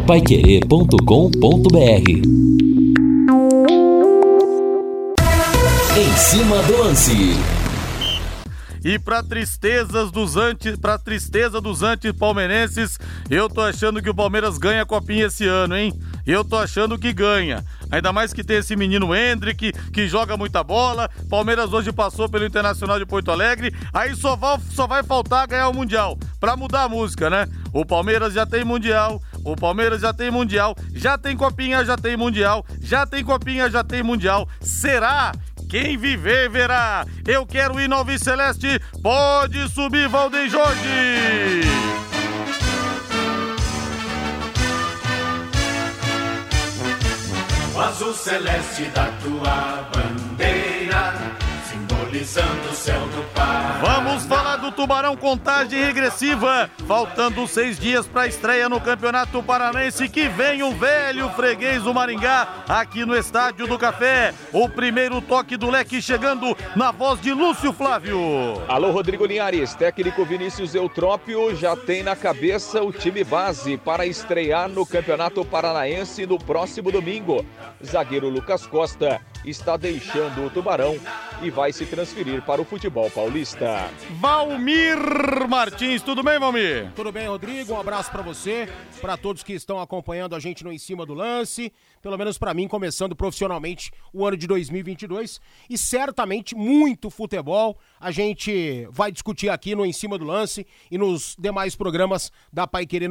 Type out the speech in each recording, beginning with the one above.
paiquerê.com.br. Em cima do lance. E para tristeza dos antipalmeirenses, eu tô achando que o Palmeiras ganha a copinha esse ano, hein? Eu tô achando que ganha. Ainda mais que tem esse menino Hendrick, que joga muita bola. Palmeiras hoje passou pelo Internacional de Porto Alegre. Aí só vai faltar ganhar o Mundial. Pra mudar a música, né? O Palmeiras já tem Mundial. O Palmeiras já tem Mundial. Já tem copinha, já tem Mundial. Já tem copinha, já tem Mundial. Será? Quem viver, verá. Eu quero ir no Alves Celeste. Pode subir, Valdeir Jorge. O azul celeste da tua bandeira, simbolizando o céu do Paraná. Vamos falar do Tubarão, contagem regressiva. Faltando 6 dias para a estreia no Campeonato Paranaense. Que vem o velho freguês do Maringá, aqui no Estádio do Café. O primeiro toque do leque chegando na voz de Lúcio Flávio. Alô, Rodrigo Linhares. Técnico Vinícius Eutrópio já tem na cabeça o time base para estrear no Campeonato Paranaense no próximo domingo. Zagueiro Lucas Costa está deixando o Tubarão e vai se transferir para o futebol paulista. Valmir Martins, tudo bem, Valmir? Tudo bem, Rodrigo, um abraço para você, para todos que estão acompanhando a gente no Em Cima do Lance, pelo menos para mim, começando profissionalmente o ano de 2022, e certamente muito futebol a gente vai discutir aqui no Em Cima do Lance e nos demais programas da Paiquerê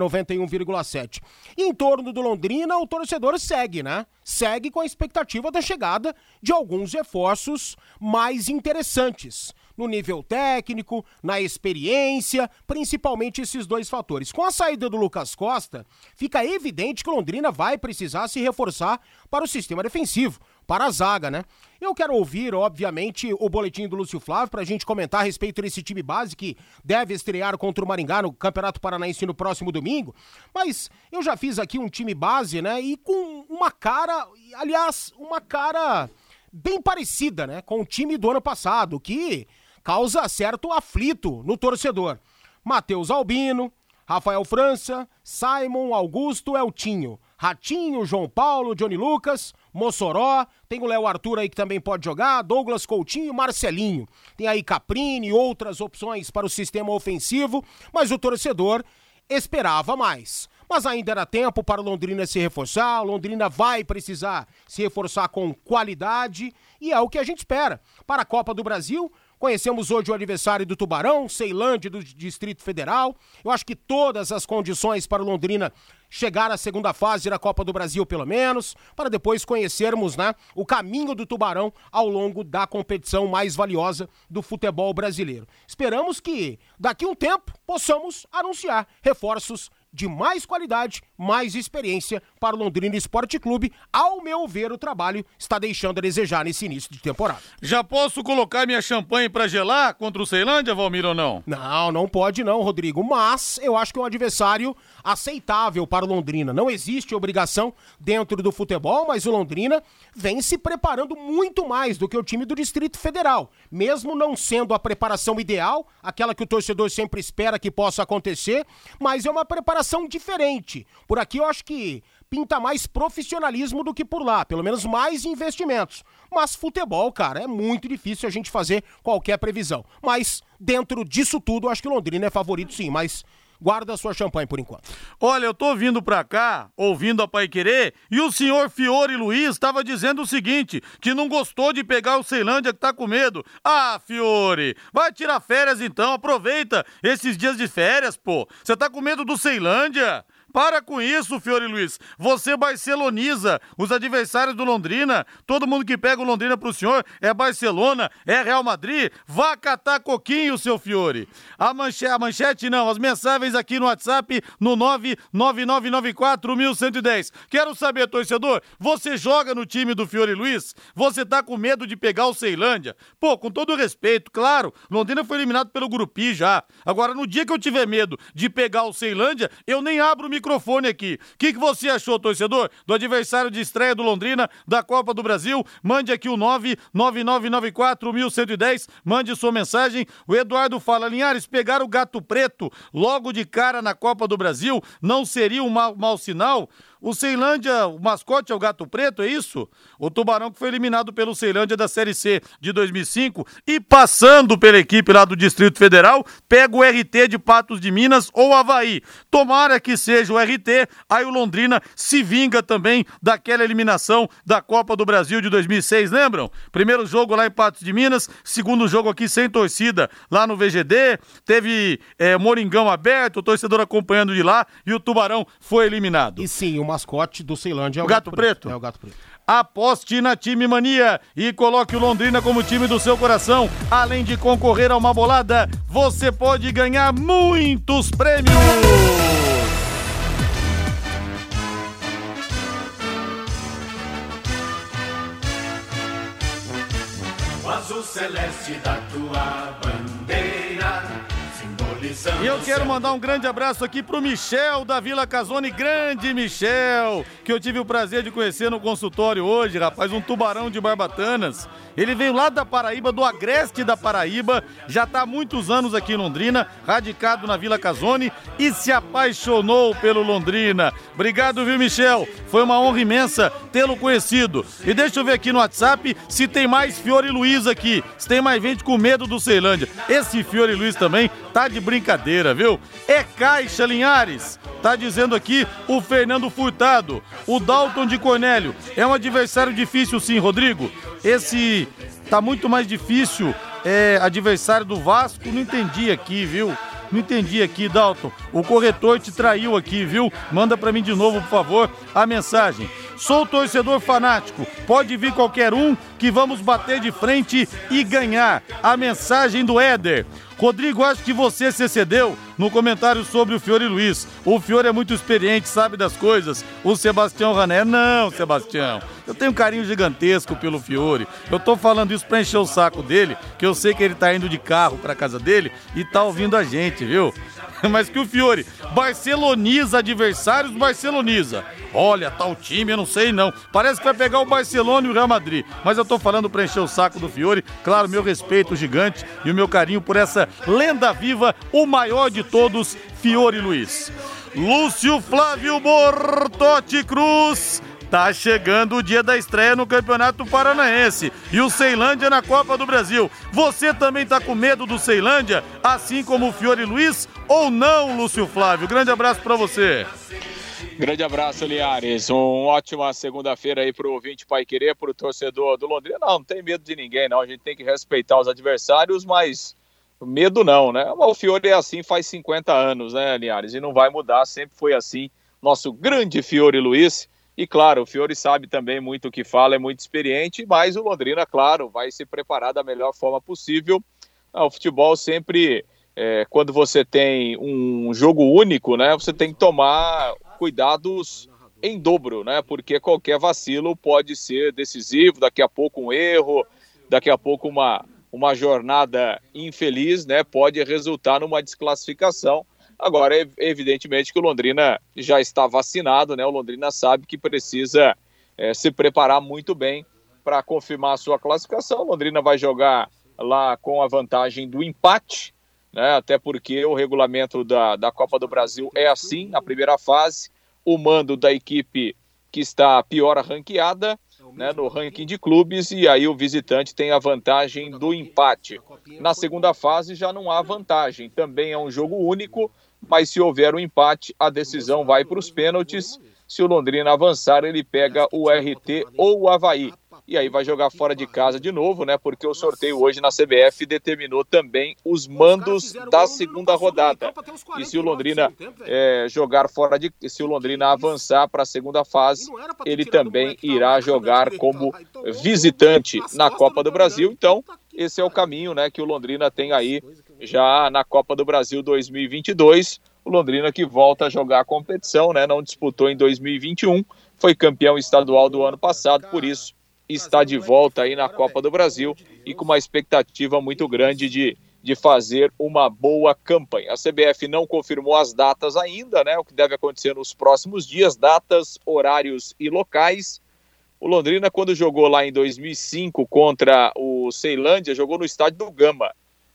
91,7. E em torno do Londrina, o torcedor segue, né? Segue com a expectativa da chegada de alguns reforços mais interessantes no nível técnico, na experiência, principalmente esses dois fatores. Com a saída do Lucas Costa, fica evidente que o Londrina vai precisar se reforçar para o sistema defensivo, para a zaga, né? Eu quero ouvir, obviamente, o boletim do Lúcio Flávio para a gente comentar a respeito desse time base que deve estrear contra o Maringá no Campeonato Paranaense no próximo domingo, mas eu já fiz aqui um time base, né? E com uma cara, aliás, uma cara bem parecida, né? Com o time do ano passado, que causa certo aflito no torcedor. Matheus Albino, Rafael França, Simon, Augusto, Eltinho, Ratinho, João Paulo, Johnny Lucas, Mossoró, tem o Léo Arthur aí que também pode jogar, Douglas Coutinho, Marcelinho. Tem aí Caprini e outras opções para o sistema ofensivo, mas o torcedor esperava mais. Mas ainda era tempo para o Londrina se reforçar, o Londrina vai precisar se reforçar com qualidade e é o que a gente espera. Para a Copa do Brasil, conhecemos hoje o aniversário do Tubarão, Ceilândia do Distrito Federal. Eu acho que todas as condições para o Londrina chegar à segunda fase da Copa do Brasil, pelo menos, para depois conhecermos, né, o caminho do Tubarão ao longo da competição mais valiosa do futebol brasileiro. Esperamos que, daqui a um tempo, possamos anunciar reforços de mais qualidade, mais experiência para o Londrina Esporte Clube. Ao meu ver, o trabalho está deixando a desejar nesse início de temporada. Já posso colocar minha champanhe para gelar contra o Ceilândia, Valmir, ou não? Não, não pode não, Rodrigo, mas eu acho que é um adversário aceitável para o Londrina. Não existe obrigação dentro do futebol, mas o Londrina vem se preparando muito mais do que o time do Distrito Federal. Mesmo não sendo a preparação ideal, aquela que o torcedor sempre espera que possa acontecer, mas é uma preparação diferente. Por aqui eu acho que pinta mais profissionalismo do que por lá, pelo menos mais investimentos. Mas futebol, cara, é muito difícil a gente fazer qualquer previsão. Mas dentro disso tudo, eu acho que o Londrina é favorito sim, mas guarda a sua champanhe por enquanto. Olha, eu tô vindo pra cá, ouvindo a Paiquerê, e o senhor Fiore Luiz estava dizendo o seguinte, que não gostou de pegar o Ceilândia, que tá com medo. Ah, Fiore, vai tirar férias então, aproveita esses dias de férias, pô. Você tá com medo do Ceilândia? Para com isso, Fiore Luiz. Você barceloniza os adversários do Londrina. Todo mundo que pega o Londrina pro senhor é Barcelona, é Real Madrid. Vá catar coquinho, seu Fiore. A manchete não, as mensagens aqui no WhatsApp no 99994-1110. Quero saber, torcedor, você joga no time do Fiore Luiz? Você tá com medo de pegar o Ceilândia? Pô, com todo respeito, claro, Londrina foi eliminado pelo Gurupi já. Agora, no dia que eu tiver medo de pegar o Ceilândia, eu nem abro o microfone aqui. O que você achou, torcedor, do adversário de estreia do Londrina da Copa do Brasil? Mande aqui o 99994-1110, mande sua mensagem. O Eduardo fala, Linhares, pegar o Gato Preto logo de cara na Copa do Brasil não seria um mau sinal? O Ceilândia, o mascote é o Gato Preto, é isso? O Tubarão que foi eliminado pelo Ceilândia da Série C de 2005 e passando pela equipe lá do Distrito Federal, pega o RT de Patos de Minas ou Avaí. Tomara que seja o RT, aí o Londrina se vinga também daquela eliminação da Copa do Brasil de 2006, lembram? Primeiro jogo lá em Patos de Minas, segundo jogo aqui sem torcida lá no VGD, teve Moringão aberto, o torcedor acompanhando de lá e o Tubarão foi eliminado. E sim, o mascote do Ceilândia é o Gato Preto. É o Gato Preto. Aposte na Time Mania e coloque o Londrina como time do seu coração. Além de concorrer a uma bolada, você pode ganhar muitos prêmios. O azul celeste da tua bandeira, simbolizando. E eu quero mandar um grande abraço aqui pro Michel da Vila Casone, grande Michel, que eu tive o prazer de conhecer no consultório hoje, rapaz, um tubarão de Barbatanas. Ele veio lá da Paraíba, do Agreste da Paraíba, já está há muitos anos aqui em Londrina, radicado na Vila Casone e se apaixonou pelo Londrina. Obrigado, viu, Michel? Foi uma honra imensa tê-lo conhecido. E deixa eu ver aqui no WhatsApp se tem mais Fiore Luiz aqui, se tem mais gente com medo do Ceilândia. Esse Fiore Luiz também tá de brincadeira, viu? É caixa, Linhares. Tá dizendo aqui o Fernando Furtado. O Dalton de Cornélio. É um adversário difícil sim, Rodrigo. Esse tá muito mais difícil, adversário do Vasco. Não entendi aqui, viu? Não entendi aqui, Dalton. O corretor te traiu aqui, viu? Manda pra mim de novo, por favor, a mensagem. Sou torcedor fanático. Pode vir qualquer um que vamos bater de frente e ganhar. A mensagem do Éder. Rodrigo, acho que você se excedeu no comentário sobre o Fiore Luiz. O Fiore é muito experiente, sabe das coisas. O Sebastião Rané, não, Sebastião. Eu tenho um carinho gigantesco pelo Fiore. Eu tô falando isso pra encher o saco dele, que eu sei que ele tá indo de carro pra casa dele e tá ouvindo a gente, viu? Mas que o Fiore barceloniza adversários, barceloniza. Olha, tal time, eu não sei não. Parece que vai pegar o Barcelona e o Real Madrid. Mas eu tô falando pra encher o saco do Fiore. Claro, meu respeito gigante e o meu carinho por essa lenda viva, o maior de todos, Fiore Luiz. Lúcio Flávio Bortotti Cruz. Tá chegando o dia da estreia no Campeonato Paranaense e o Ceilândia na Copa do Brasil. Você também tá com medo do Ceilândia, assim como o Fiore Luiz, ou não, Lúcio Flávio? Grande abraço pra você. Grande abraço, Linhares. Uma ótima segunda-feira aí pro ouvinte Pai Querer, pro torcedor do Londrina. Não tem medo de ninguém, não. A gente tem que respeitar os adversários, mas medo não, né? O Fiore é assim faz 50 anos, né, Linhares? E não vai mudar, sempre foi assim. Nosso grande Fiore Luiz. E claro, o Fiore sabe também muito o que fala, é muito experiente, mas o Londrina, claro, vai se preparar da melhor forma possível. O futebol sempre, quando você tem um jogo único, né, você tem que tomar cuidados em dobro, né, porque qualquer vacilo pode ser decisivo, daqui a pouco um erro, daqui a pouco uma jornada infeliz, né, pode resultar numa desclassificação. Agora, evidentemente que o Londrina já está vacinado, né? O Londrina sabe que precisa se preparar muito bem para confirmar a sua classificação. O Londrina vai jogar lá com a vantagem do empate, né? Até porque o regulamento da Copa do Brasil é assim, na primeira fase, o mando da equipe que está pior ranqueada, né, no ranking de clubes, e aí o visitante tem a vantagem do empate. Na segunda fase já não há vantagem, também é um jogo único, mas se houver um empate, a decisão vai para os pênaltis. Se o Londrina avançar, ele pega o RT ou o Avaí. E aí vai jogar fora de casa de novo, né? Porque o sorteio hoje na CBF determinou também os mandos da segunda rodada. E se o Londrina se o Londrina avançar para a segunda fase, ele também irá jogar como visitante na Copa do Brasil. Então, esse é o caminho, né, que o Londrina tem aí já na Copa do Brasil 2022. O Londrina que volta a jogar a competição, né? Não disputou em 2021, foi campeão estadual do ano passado, por isso está de volta aí na Copa do Brasil e com uma expectativa muito grande de de fazer uma boa campanha. A CBF não confirmou as datas ainda, né? O que deve acontecer nos próximos dias, datas, horários e locais. O Londrina, quando jogou lá em 2005 contra o Ceilândia, jogou no estádio do Gama.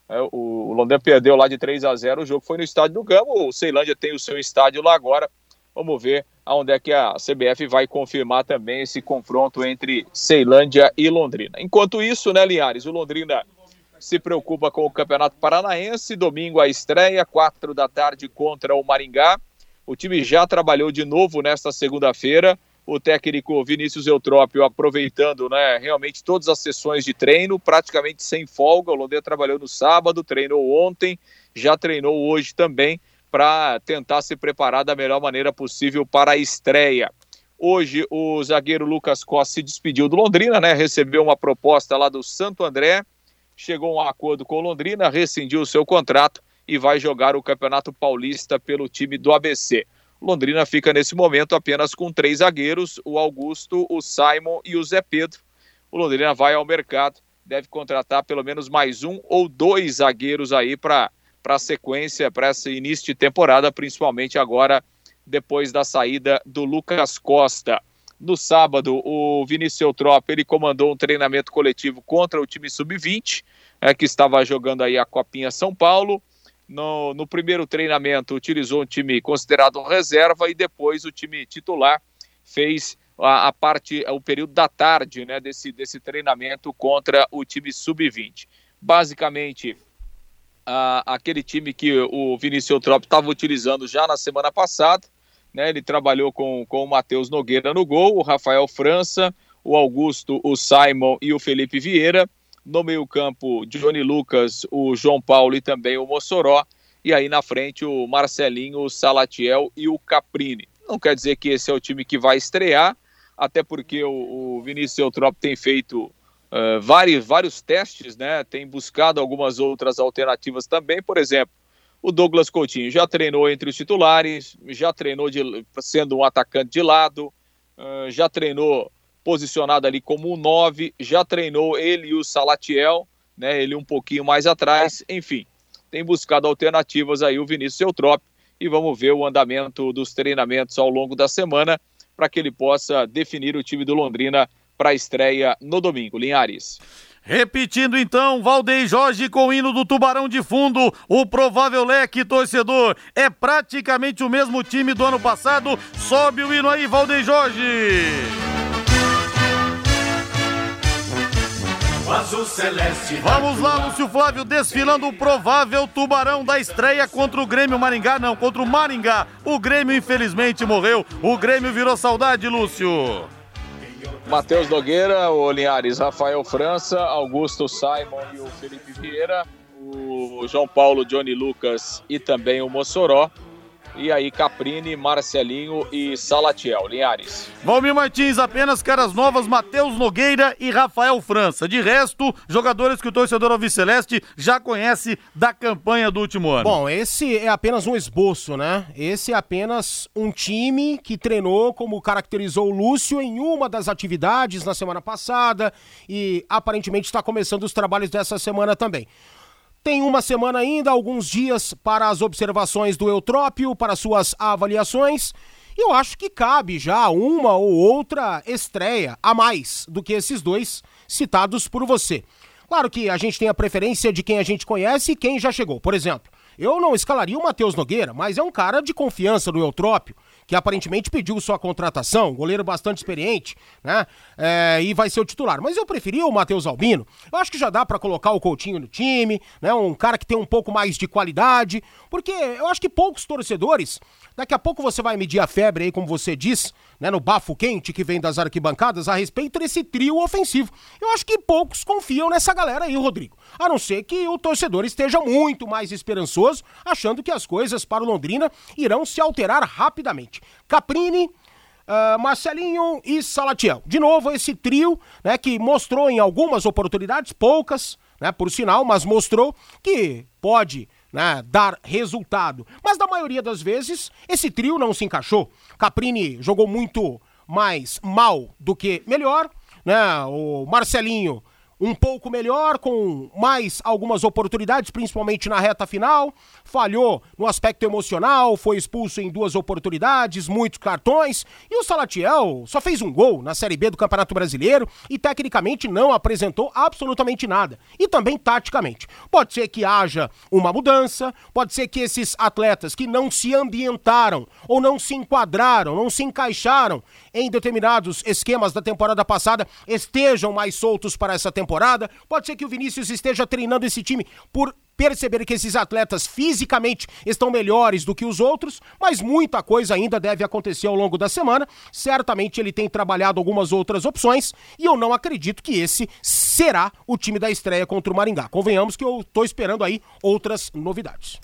O Londrina perdeu lá de 3-0, o jogo foi no estádio do Gama, o Ceilândia tem o seu estádio lá agora. Vamos ver aonde é que a CBF vai confirmar também esse confronto entre Ceilândia e Londrina. Enquanto isso, né, Linhares, o Londrina se preocupa com o Campeonato Paranaense. Domingo a estreia, 4 da tarde contra o Maringá. O time já trabalhou de novo nesta segunda-feira. O técnico Vinícius Eutrópio aproveitando, né, realmente todas as sessões de treino, praticamente sem folga. O Londrina trabalhou no sábado, treinou ontem, já treinou hoje também, para tentar se preparar da melhor maneira possível para a estreia. Hoje o zagueiro Lucas Costa se despediu do Londrina, né, recebeu uma proposta lá do Santo André, chegou a um acordo com o Londrina, rescindiu o seu contrato e vai jogar o Campeonato Paulista pelo time do ABC. Londrina fica nesse momento apenas com 3 zagueiros, o Augusto, o Simon e o Zé Pedro. O Londrina vai ao mercado, deve contratar pelo menos mais 1 ou 2 zagueiros aí para a sequência, para esse início de temporada, principalmente agora depois da saída do Lucas Costa. No sábado, o Vinícius Eutrópio, ele comandou um treinamento coletivo contra o time sub-20, que estava jogando aí a Copinha São Paulo. No primeiro treinamento utilizou um time considerado reserva e depois o time titular fez o período da tarde, né, desse treinamento contra o time sub-20. Basicamente, aquele time que o Vinícius Eutrópio estava utilizando já na semana passada, né, ele trabalhou com o Matheus Nogueira no gol, o Rafael França, o Augusto, o Simon e o Felipe Vieira. No meio-campo, Johnny Lucas, o João Paulo e também o Mossoró. E aí na frente, o Marcelinho, o Salatiel e o Caprini. Não quer dizer que esse é o time que vai estrear, até porque o Vinícius Eutrópio tem feito vários testes, né? Tem buscado algumas outras alternativas também. Por exemplo, o Douglas Coutinho já treinou entre os titulares, já treinou sendo um atacante de lado, já treinou posicionado ali como um 9, já treinou ele e o Salatiel, né, ele um pouquinho mais atrás, enfim, tem buscado alternativas aí o Vinícius Eutrópio e vamos ver o andamento dos treinamentos ao longo da semana para que ele possa definir o time do Londrina para a estreia no domingo. Linhares. Repetindo então, Valdeir Jorge com o hino do Tubarão de fundo, o provável leque torcedor é praticamente o mesmo time do ano passado, sobe o hino aí, Valdeir Jorge. Azul celeste. Vamos lá, Lúcio Flávio, desfilando o provável Tubarão da estreia contra o Grêmio Maringá, não, contra o Maringá. O Grêmio infelizmente morreu, o Grêmio virou saudade, Lúcio. Matheus Nogueira, o Linhares, Rafael França, Augusto Simon e o Felipe Vieira, o João Paulo, Johnny Lucas e também o Mossoró. E aí Caprini, Marcelinho e Salatiel. Linhares. Valmir Martins, apenas caras novas, Matheus Nogueira e Rafael França. De resto, jogadores que o torcedor alviceleste já conhece da campanha do último ano. Bom, esse é apenas um esboço, né? Esse é apenas um time que treinou, como caracterizou o Lúcio, em uma das atividades na semana passada e aparentemente está começando os trabalhos dessa semana também. Tem uma semana ainda, alguns dias para as observações do Eutrópio, para suas avaliações. E eu acho que cabe já uma ou outra estreia a mais do que esses 2 citados por você. Claro que a gente tem a preferência de quem a gente conhece e quem já chegou. Por exemplo, eu não escalaria o Matheus Nogueira, mas é um cara de confiança do Eutrópio, que aparentemente pediu sua contratação, goleiro bastante experiente, né? E vai ser o titular. Mas eu preferia o Matheus Albino. Eu acho que já dá pra colocar o Coutinho no time, né? Um cara que tem um pouco mais de qualidade, porque eu acho que poucos torcedores, daqui a pouco você vai medir a febre aí, como você diz, né? No bafo quente que vem das arquibancadas a respeito desse trio ofensivo. Eu acho que poucos confiam nessa galera aí, Rodrigo. A não ser que o torcedor esteja muito mais esperançoso, achando que as coisas para o Londrina irão se alterar rapidamente. Caprini, Marcelinho e Salatiel. De novo, esse trio, né, que mostrou em algumas oportunidades, poucas, né, por sinal, mas mostrou que pode, né, dar resultado. Mas na maioria das vezes, esse trio não se encaixou. Caprini jogou muito mais mal do que melhor, né, o Marcelinho um pouco melhor, com mais algumas oportunidades, principalmente na reta final, falhou no aspecto emocional, foi expulso em 2 oportunidades, muitos cartões, e o Salatiel só fez um gol na Série B do Campeonato Brasileiro e tecnicamente não apresentou absolutamente nada, e também taticamente. Pode ser que haja uma mudança, pode ser que esses atletas que não se ambientaram, ou não se enquadraram, não se encaixaram em determinados esquemas da temporada passada, estejam mais soltos para essa temporada. Pode ser que o Vinícius esteja treinando esse time por perceber que esses atletas fisicamente estão melhores do que os outros, mas muita coisa ainda deve acontecer ao longo da semana. Certamente ele tem trabalhado algumas outras opções e eu não acredito que esse será o time da estreia contra o Maringá. Convenhamos que eu tô esperando aí outras novidades.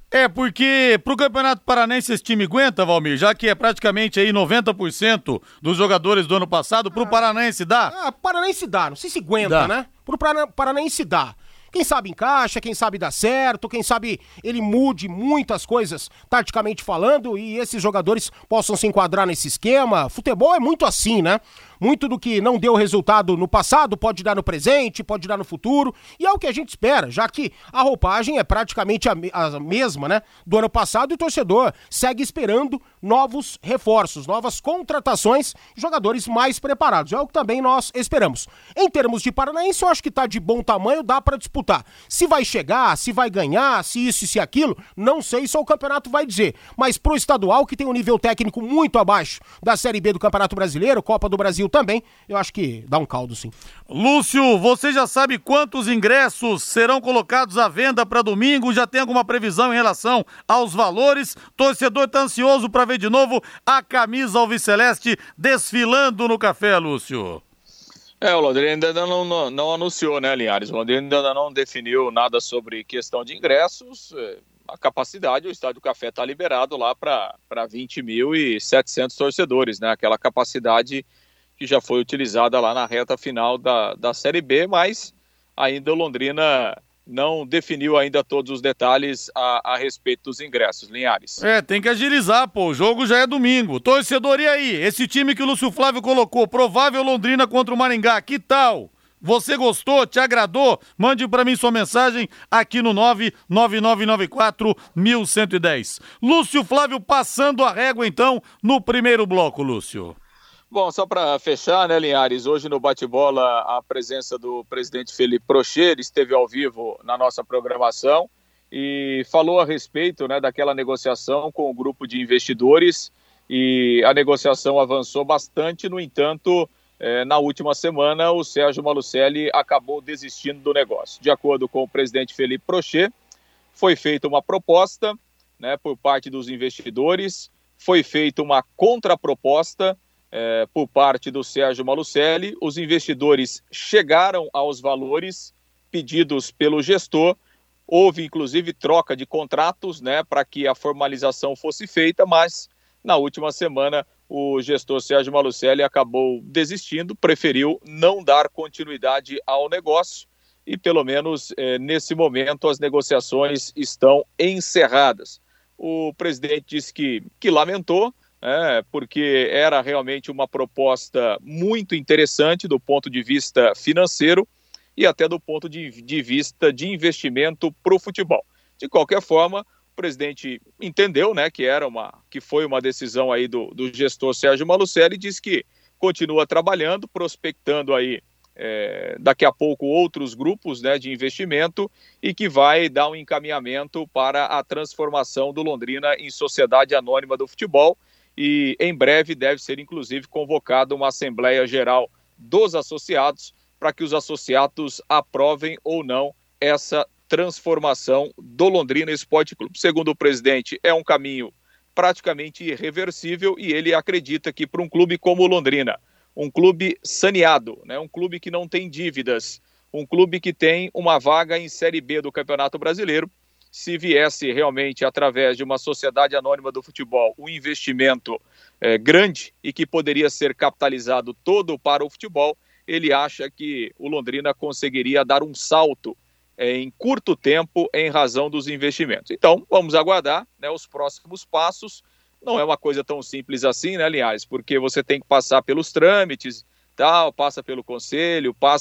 Porque pro Campeonato Paranense esse time aguenta, Valmir, já que é praticamente aí 90% dos jogadores do ano passado, pro Paranense dá? Paranense dá, não sei se aguenta, né? Pro Paranense dá. Quem sabe encaixa, quem sabe dá certo, quem sabe ele mude muitas coisas taticamente falando e esses jogadores possam se enquadrar nesse esquema. Futebol é muito assim, né? Muito do que não deu resultado no passado pode dar no presente, pode dar no futuro, e é o que a gente espera, já que a roupagem é praticamente a mesma, né, do ano passado, e o torcedor segue esperando novos reforços, novas contratações, jogadores mais preparados. É o que também nós esperamos. Em termos de Paranaense, eu acho que tá de bom tamanho, dá para disputar. Se vai chegar, se vai ganhar, se isso e se aquilo, não sei, só o campeonato vai dizer. Mas pro estadual, que tem um nível técnico muito abaixo da Série B do Campeonato Brasileiro, Copa do Brasil também, eu acho que dá um caldo, sim. Lúcio, você já sabe quantos ingressos serão colocados à venda para domingo? Já tem alguma previsão em relação aos valores? Torcedor tá ansioso para ver de novo a camisa alviceleste desfilando no café, Lúcio. O Londrina ainda não anunciou, né, Linhares? O Londrina ainda não definiu nada sobre questão de ingressos. A capacidade, o Estádio Café está liberado lá para 20.700 torcedores, né? Aquela capacidade que já foi utilizada lá na reta final da Série B, mas ainda o Londrina não definiu ainda todos os detalhes a respeito dos ingressos, Linhares. Tem que agilizar, pô, o jogo já é domingo. Torcedor, e aí? Esse time que o Lúcio Flávio colocou, provável Londrina contra o Maringá, que tal? Você gostou? Te agradou? Mande pra mim sua mensagem aqui no 99994-1110. Lúcio Flávio passando a régua, então, no primeiro bloco, Lúcio. Bom, só para fechar, né, Linhares, hoje no bate-bola a presença do presidente Felipe Prochet, ele esteve ao vivo na nossa programação e falou a respeito, né, daquela negociação com o grupo de investidores, e a negociação avançou bastante. No entanto, na última semana o Sérgio Malucelli acabou desistindo do negócio. De acordo com o presidente Felipe Prochet, foi feita uma proposta, né, por parte dos investidores, foi feita uma contraproposta por parte do Sérgio Malucelli. Os investidores chegaram aos valores pedidos pelo gestor, houve inclusive troca de contratos, né, para que a formalização fosse feita, mas na última semana o gestor Sérgio Malucelli acabou desistindo, preferiu não dar continuidade ao negócio e pelo menos nesse momento as negociações estão encerradas. O presidente disse que lamentou, porque era realmente uma proposta muito interessante do ponto de vista financeiro e até do ponto de vista de investimento para o futebol. De qualquer forma, o presidente entendeu, né, que foi uma decisão aí do gestor Sérgio Malucelli, e disse que continua trabalhando, prospectando aí daqui a pouco outros grupos, né, de investimento, e que vai dar um encaminhamento para a transformação do Londrina em sociedade anônima do futebol. E em breve deve ser inclusive convocada uma Assembleia Geral dos associados para que os associados aprovem ou não essa transformação do Londrina Esporte Clube. Segundo o presidente, é um caminho praticamente irreversível e ele acredita que para um clube como o Londrina, um clube saneado, né, um clube que não tem dívidas, um clube que tem uma vaga em Série B do Campeonato Brasileiro, se viesse realmente através de uma sociedade anônima do futebol um investimento grande e que poderia ser capitalizado todo para o futebol, ele acha que o Londrina conseguiria dar um salto em curto tempo em razão dos investimentos. Então, vamos aguardar, né, os próximos passos. Não é uma coisa tão simples assim, né, Linhares? Porque você tem que passar pelos trâmites, passa pelo conselho, passa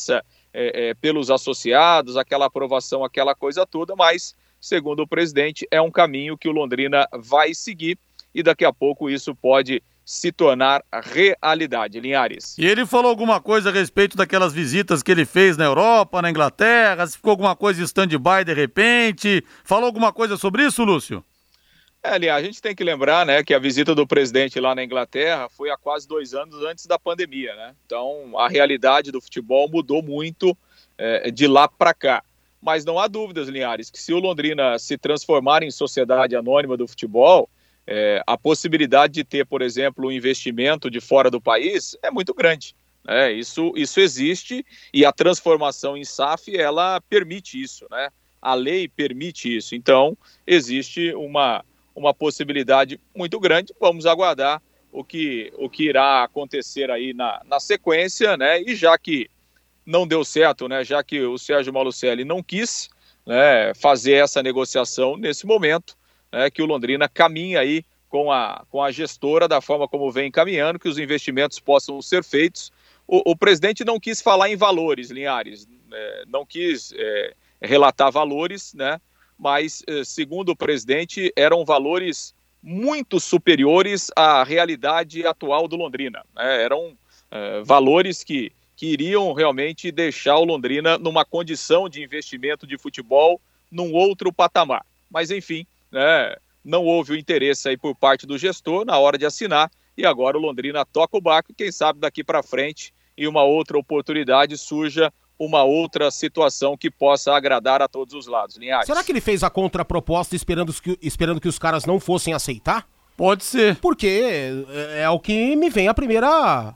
pelos associados, aquela aprovação, aquela coisa toda, mas, segundo o presidente, é um caminho que o Londrina vai seguir e daqui a pouco isso pode se tornar realidade. Linhares. E ele falou alguma coisa a respeito daquelas visitas que ele fez na Europa, na Inglaterra, se ficou alguma coisa em stand-by de repente, falou alguma coisa sobre isso, Lúcio? Aliás, a gente tem que lembrar, né, que a visita do presidente lá na Inglaterra foi há quase 2 anos antes da pandemia, né? Então, a realidade do futebol mudou muito de lá para cá. Mas não há dúvidas, Linhares, que se o Londrina se transformar em sociedade anônima do futebol, a possibilidade de ter, por exemplo, um investimento de fora do país é muito grande. Isso existe e a transformação em SAF, ela permite isso, né? A lei permite isso. Então, existe uma possibilidade muito grande. Vamos aguardar o que irá acontecer aí na sequência, né? E já que não deu certo, né? Já que o Sérgio Malucelli não quis, né, fazer essa negociação nesse momento, que o Londrina caminha aí com a gestora da forma como vem caminhando, que os investimentos possam ser feitos. O presidente não quis falar em valores, Linhares, não quis relatar valores, né? Mas, segundo o presidente, eram valores muito superiores à realidade atual do Londrina. Eram valores que iriam realmente deixar o Londrina numa condição de investimento de futebol num outro patamar. Mas, enfim, não houve o interesse aí por parte do gestor na hora de assinar e agora o Londrina toca o barco e quem sabe daqui para frente em uma outra oportunidade surja uma outra situação que possa agradar a todos os lados. Linhares. Será que ele fez a contraproposta esperando que os caras não fossem aceitar? Pode ser. Porque é o que me vem a primeira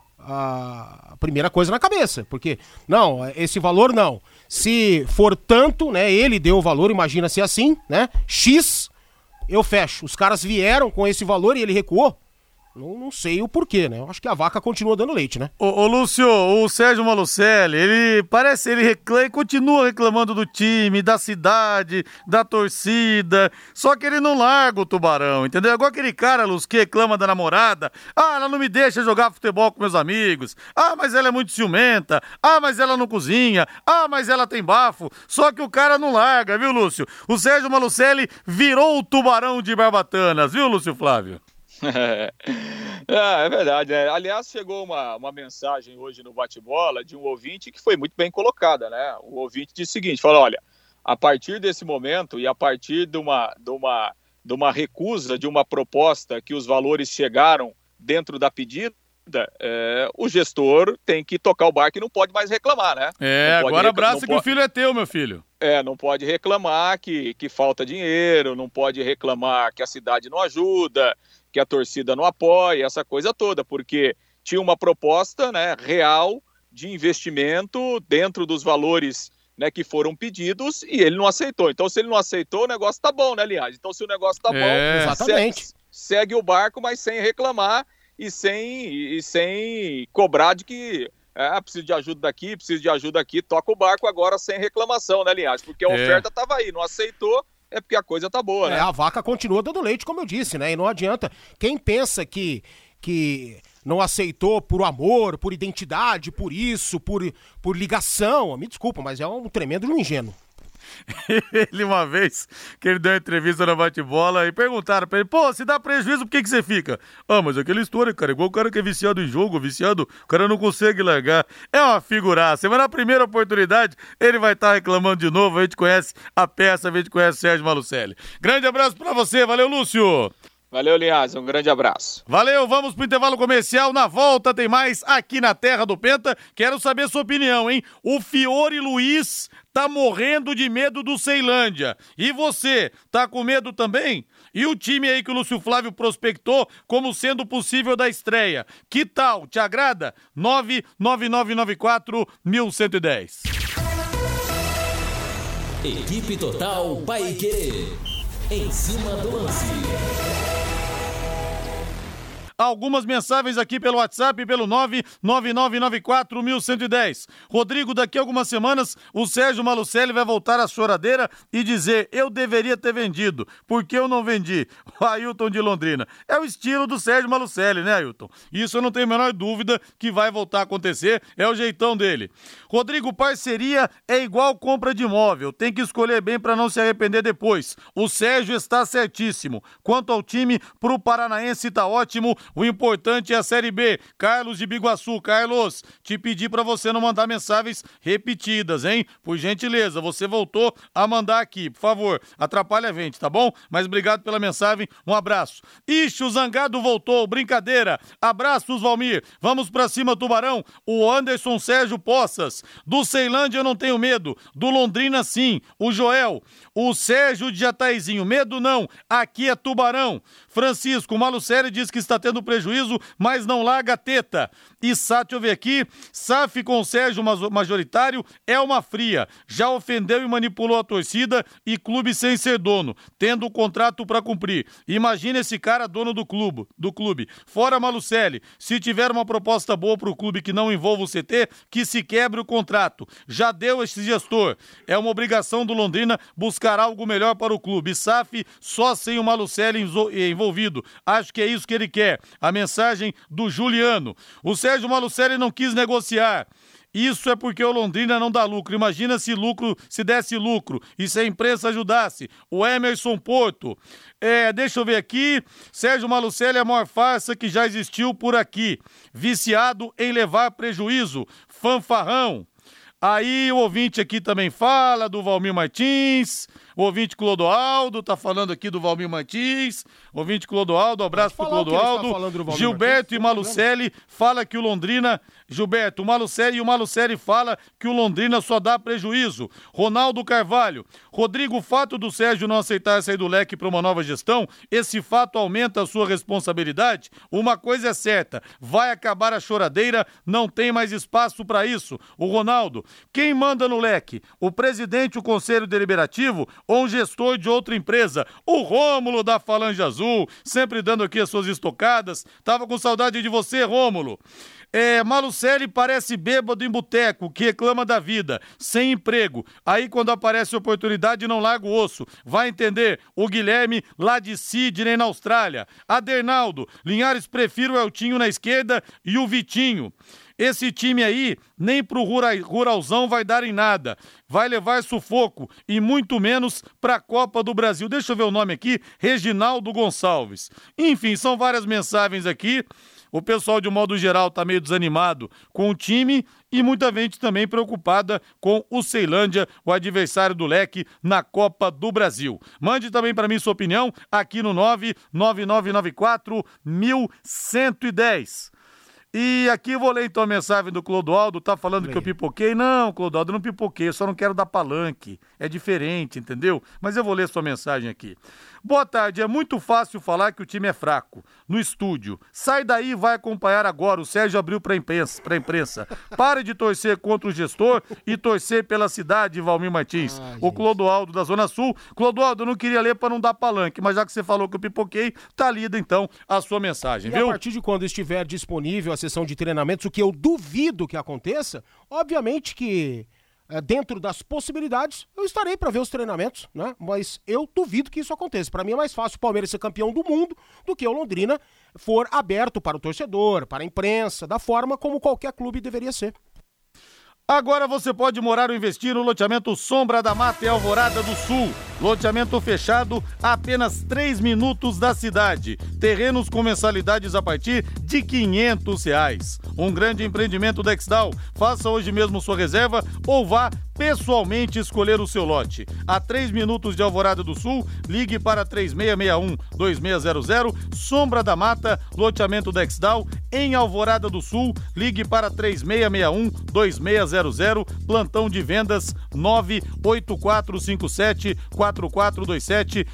coisa na cabeça, porque, não, esse valor não. Se for tanto, né, ele deu o valor, imagina se assim, né, X, eu fecho. Os caras vieram com esse valor e ele recuou. Não sei o porquê, né? Eu acho que a vaca continua dando leite, né? Ô Lúcio, o Sérgio Malucelli, ele continua reclamando do time, da cidade, da torcida, só que ele não larga o Tubarão, entendeu? Igual aquele cara, Lúcio, que reclama da namorada. Ela não me deixa jogar futebol com meus amigos. Mas ela é muito ciumenta. Mas ela não cozinha. mas ela tem bafo. Só que o cara não larga, viu, Lúcio? O Sérgio Malucelli virou o Tubarão de Barbatanas, viu, Lúcio Flávio? É verdade, né? Aliás, chegou uma mensagem hoje no bate-bola de um ouvinte que foi muito bem colocada, né? O ouvinte disse o seguinte, falou, olha, a partir desse momento e a partir de uma recusa de uma proposta que os valores chegaram dentro da pedida, o gestor tem que tocar o barco e não pode mais reclamar, né? Agora abraça que o filho é teu, meu filho. Não pode reclamar que falta dinheiro, não pode reclamar que a cidade não ajuda, que a torcida não apoia, essa coisa toda, porque tinha uma proposta, né, real de investimento dentro dos valores, né, que foram pedidos e ele não aceitou. Então, se ele não aceitou, o negócio tá bom, né, aliás? Então, se o negócio tá bom, exatamente. Segue o barco, mas sem reclamar e sem cobrar de que preciso de ajuda aqui, toca o barco agora sem reclamação, né, Linhares? Porque a oferta tava aí, não aceitou, é porque a coisa tá boa, né? A vaca continua dando leite, como eu disse, né? E não adianta. Quem pensa que não aceitou por amor, por identidade, por isso, por ligação, me desculpa, mas é um tremendo ingênuo. Ele uma vez, que ele deu uma entrevista na bate-bola e perguntaram pra ele, se dá prejuízo, por que você fica? Mas aquela história, cara, igual o cara que é viciado em jogo, o cara não consegue largar. É uma figuraça, mas na primeira oportunidade ele vai estar reclamando de novo, a gente conhece a peça, a gente conhece o Sérgio Malucelli. Grande abraço pra você, valeu, Lúcio! Valeu, Linhares, um grande abraço. Valeu, vamos pro intervalo comercial, na volta tem mais aqui na Terra do Penta, quero saber sua opinião, hein? O Fiore Luiz tá morrendo de medo do Ceilândia, e você, tá com medo também? E o time aí que o Lúcio Flávio prospectou como sendo possível da estreia, que tal? Te agrada? 99994-1110. Equipe Total Paiquerê, em cima do lance. algumas mensagens aqui pelo WhatsApp, pelo 99994-1110. Rodrigo, daqui a algumas semanas, o Sérgio Malucelli vai voltar à choradeira e dizer, eu deveria ter vendido, por que eu não vendi? O Ailton de Londrina. É o estilo do Sérgio Malucelli, né, Ailton? Isso eu não tenho a menor dúvida que vai voltar a acontecer, é o jeitão dele. Rodrigo, parceria é igual compra de imóvel, tem que escolher bem para não se arrepender depois. O Sérgio está certíssimo. Quanto ao time, pro Paranaense tá ótimo, o importante é a Série B. Carlos de Biguaçu. Carlos, te pedi para você não mandar mensagens repetidas, hein? Por gentileza, você voltou a mandar aqui, por favor, atrapalha a gente, tá bom? Mas obrigado pela mensagem, um abraço. Ixi, o Zangado voltou, brincadeira. Abraços, Valmir. Vamos pra cima, Tubarão. O Anderson Sérgio Poças. Do Ceilândia eu não tenho medo, do Londrina sim. O Joel, o Sérgio de Jataizinho, medo não, aqui é Tubarão. Francisco, o Malucelli diz que está tendo prejuízo, mas não larga a teta. E Sá, deixa eu ver aqui, SAF com o Sérgio majoritário é uma fria. Já ofendeu e manipulou a torcida e clube sem ser dono, tendo o contrato para cumprir. Imagina esse cara dono do clube. Fora Malucelli, se tiver uma proposta boa pro clube que não envolva o CT, que se quebre o contrato. Já deu esse gestor. É uma obrigação do Londrina buscar algo melhor para o clube. SAF só sem o Malucelli envolvido. Acho que é isso que ele quer. A mensagem do Juliano. O Sérgio Malucelli não quis negociar. Isso é porque o Londrina não dá lucro. Imagina se desse lucro e se a imprensa ajudasse. O Emerson Porto. Deixa eu ver aqui. Sérgio Malucelli é a maior farsa que já existiu por aqui. Viciado em levar prejuízo. Fanfarrão. Aí o ouvinte aqui também fala do Valmir Martins, o ouvinte Clodoaldo tá falando aqui do Valmir Martins, ouvinte Clodoaldo, abraço pro Clodoaldo, Gilberto Martins, e Malucelli fala que o Londrina, Gilberto, o Malucelli fala que o Londrina só dá prejuízo. Ronaldo Carvalho, Rodrigo, o fato do Sérgio não aceitar sair do leque para uma nova gestão, esse fato aumenta a sua responsabilidade? Uma coisa é certa, vai acabar a choradeira, não tem mais espaço para isso. O Ronaldo, quem manda no leque? O presidente, o conselho deliberativo ou um gestor de outra empresa? O Rômulo da Falange Azul, sempre dando aqui as suas estocadas. Tava com saudade de você, Rômulo. Malucelli parece bêbado em boteco, que reclama da vida, sem emprego. Aí quando aparece oportunidade não larga o osso. Vai entender, o Guilherme lá de Sydney na Austrália. Adernaldo, Linhares prefiro o Eltinho na esquerda e o Vitinho. Esse time aí, nem pro Ruralzão vai dar em nada. Vai levar sufoco e muito menos pra Copa do Brasil. Deixa eu ver o nome aqui, Reginaldo Gonçalves. Enfim, são várias mensagens aqui. O pessoal, de um modo geral, tá meio desanimado com o time e muita gente também preocupada com o Ceilândia, o adversário do leque na Copa do Brasil. Mande também para mim sua opinião aqui no 99994-1110. E aqui eu vou ler então a mensagem do Clodoaldo, tá falando que eu pipoquei. Não, Clodoaldo, eu não pipoquei, eu só não quero dar palanque. É diferente, entendeu? Mas eu vou ler sua mensagem aqui. Boa tarde, é muito fácil falar que o time é fraco. No estúdio. Sai daí e vai acompanhar agora. O Sérgio abriu pra imprensa. Pare de torcer contra o gestor e torcer pela cidade, Valmir Martins. O Clodoaldo da Zona Sul. Clodoaldo, eu não queria ler pra não dar palanque, mas já que você falou que eu pipoquei, tá lida então a sua mensagem, viu? A partir de quando estiver disponível a sessão de treinamentos, o que eu duvido que aconteça, obviamente que dentro das possibilidades, eu estarei para ver os treinamentos, né? Mas eu duvido que isso aconteça. Para mim é mais fácil o Palmeiras ser campeão do mundo do que o Londrina for aberto para o torcedor, para a imprensa, da forma como qualquer clube deveria ser. Agora você pode morar ou investir no loteamento Sombra da Mata e Alvorada do Sul. Loteamento fechado a apenas 3 minutos da cidade. Terrenos com mensalidades a partir de R$500. Um grande empreendimento da Exdal. Faça hoje mesmo sua reserva ou vá pessoalmente escolher o seu lote. A 3 minutos de Alvorada do Sul, ligue para 3661-2600. Sombra da Mata, loteamento da Exdal. Em Alvorada do Sul, ligue para 3661-2600. Plantão de vendas 98457-4427,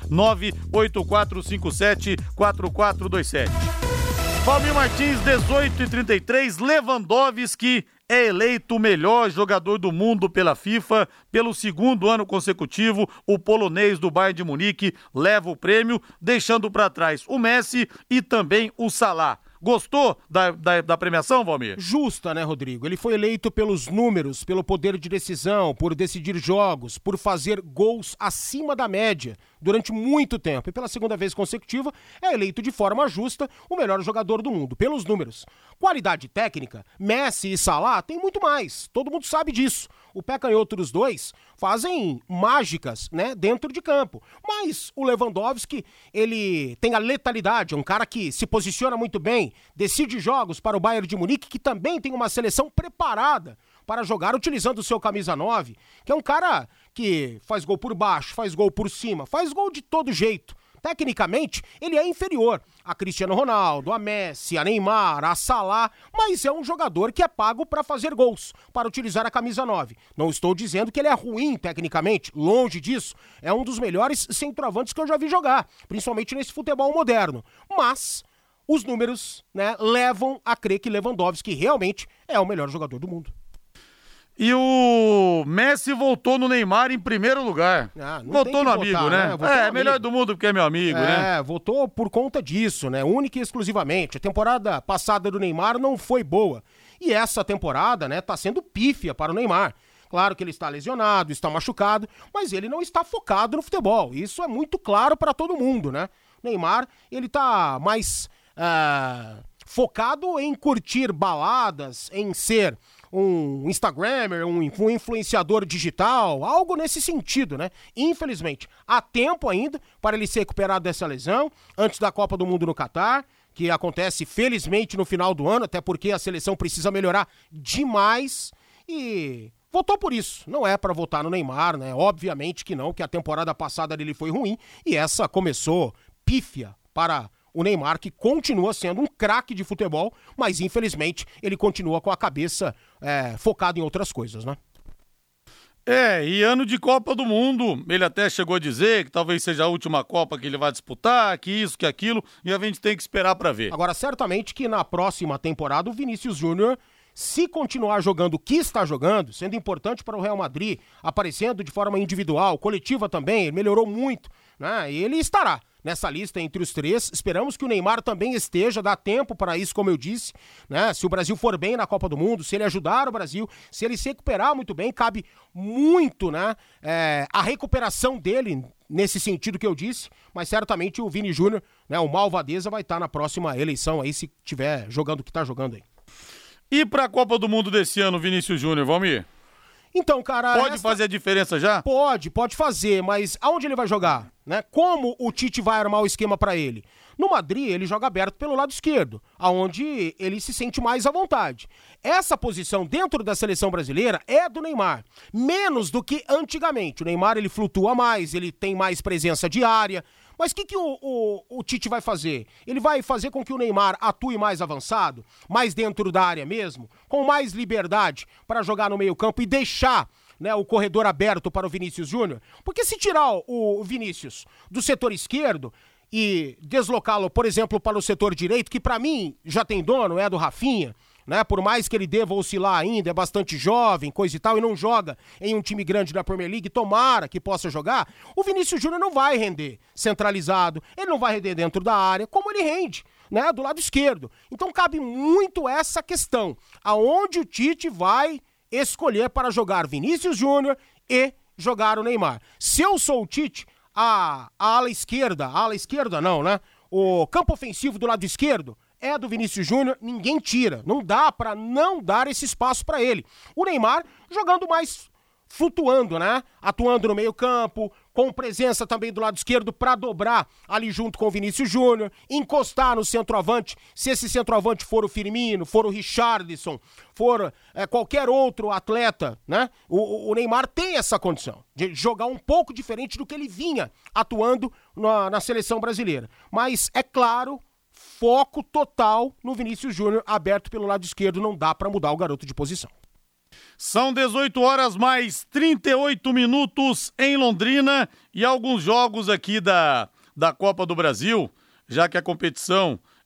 98457-4427. Valmir Martins, 18h33, Lewandowski é eleito o melhor jogador do mundo pela FIFA. Pelo segundo ano consecutivo, o polonês do Bayern de Munique leva o prêmio, deixando para trás o Messi e também o Salah. Gostou da premiação, Valmir? Justa, né, Rodrigo? Ele foi eleito pelos números, pelo poder de decisão, por decidir jogos, por fazer gols acima da média durante muito tempo. E pela segunda vez consecutiva, é eleito de forma justa o melhor jogador do mundo, pelos números. Qualidade técnica, Messi e Salah tem muito mais. Todo mundo sabe disso. O pé canhoto dos dois fazem mágicas, né, dentro de campo. Mas o Lewandowski, ele tem a letalidade, é um cara que se posiciona muito bem, decide jogos para o Bayern de Munique, que também tem uma seleção preparada para jogar utilizando o seu camisa 9, que é um cara que faz gol por baixo, faz gol por cima, faz gol de todo jeito. Tecnicamente, ele é inferior a Cristiano Ronaldo, a Messi, a Neymar, a Salah, mas é um jogador que é pago para fazer gols, para utilizar a camisa 9. Não estou dizendo que ele é ruim tecnicamente, longe disso. É um dos melhores centroavantes que eu já vi jogar, principalmente nesse futebol moderno. Mas os números, né, levam a crer que Lewandowski realmente é o melhor jogador do mundo. E o Messi voltou no Neymar em primeiro lugar. Voltou no amigo, votar, né? Melhor do mundo porque é meu amigo, né? Voltou por conta disso, né? Única e exclusivamente. A temporada passada do Neymar não foi boa. E essa temporada, né, tá sendo pífia para o Neymar. Claro que ele está lesionado, está machucado, mas ele não está focado no futebol. Isso é muito claro para todo mundo, né? Neymar, ele tá mais focado em curtir baladas, em ser um Instagrammer, um influenciador digital, algo nesse sentido, né? Infelizmente, há tempo ainda para ele se recuperar dessa lesão, antes da Copa do Mundo no Catar, que acontece felizmente no final do ano, até porque a seleção precisa melhorar demais, e votou por isso. Não é para votar no Neymar, né? Obviamente que não, que a temporada passada dele foi ruim, e essa começou pífia para o Neymar, que continua sendo um craque de futebol, mas infelizmente ele continua com a cabeça focada em outras coisas, né? E ano de Copa do Mundo, ele até chegou a dizer que talvez seja a última Copa que ele vai disputar, que isso, que aquilo, e a gente tem que esperar pra ver. Agora, certamente que na próxima temporada o Vinícius Júnior, se continuar jogando o que está jogando, sendo importante para o Real Madrid, aparecendo de forma individual, coletiva também, ele melhorou muito, né? E ele estará nessa lista entre os três. Esperamos que o Neymar também esteja, dá tempo para isso, como eu disse, né? Se o Brasil for bem na Copa do Mundo, se ele ajudar o Brasil, se ele se recuperar muito bem, cabe muito, né, a recuperação dele nesse sentido que eu disse, mas certamente o Vini Júnior, né, o Malvadeza, vai estar na próxima eleição aí, se tiver jogando o que está jogando aí. E para a Copa do Mundo desse ano, Vinícius Júnior, Valmir? Então, cara... Pode fazer a diferença já? Pode fazer, mas aonde ele vai jogar? Né? Como o Tite vai armar o esquema pra ele? No Madrid, ele joga aberto pelo lado esquerdo, aonde ele se sente mais à vontade. Essa posição dentro da seleção brasileira é do Neymar, menos do que antigamente. O Neymar, ele flutua mais, ele tem mais presença de área. Mas o que o Tite vai fazer? Ele vai fazer com que o Neymar atue mais avançado, mais dentro da área mesmo, com mais liberdade para jogar no meio-campo e deixar, né, o corredor aberto para o Vinícius Júnior? Porque se tirar o Vinícius do setor esquerdo e deslocá-lo, por exemplo, para o setor direito, que para mim já tem dono, é do Rafinha, né? Por mais que ele deva oscilar ainda, é bastante jovem, coisa e tal, e não joga em um time grande da Premier League, tomara que possa jogar, o Vinícius Júnior não vai render centralizado, ele não vai render dentro da área, como ele rende, né, do lado esquerdo. Então cabe muito essa questão, aonde o Tite vai escolher para jogar Vinícius Júnior e jogar o Neymar. Se eu sou o Tite, a ala esquerda não, né, o campo ofensivo do lado esquerdo é do Vinícius Júnior, ninguém tira. Não dá pra não dar esse espaço pra ele. O Neymar jogando mais flutuando, né? Atuando no meio campo, com presença também do lado esquerdo pra dobrar ali junto com o Vinícius Júnior, encostar no centroavante, se esse centroavante for o Firmino, for o Richarlison, for qualquer outro atleta, né? O Neymar tem essa condição de jogar um pouco diferente do que ele vinha atuando na seleção brasileira. Mas, é claro, foco total no Vinícius Júnior, aberto pelo lado esquerdo, não dá pra mudar o garoto de posição. São 18 horas mais 38 minutos em Londrina e alguns jogos aqui da Copa do Brasil, já que a competição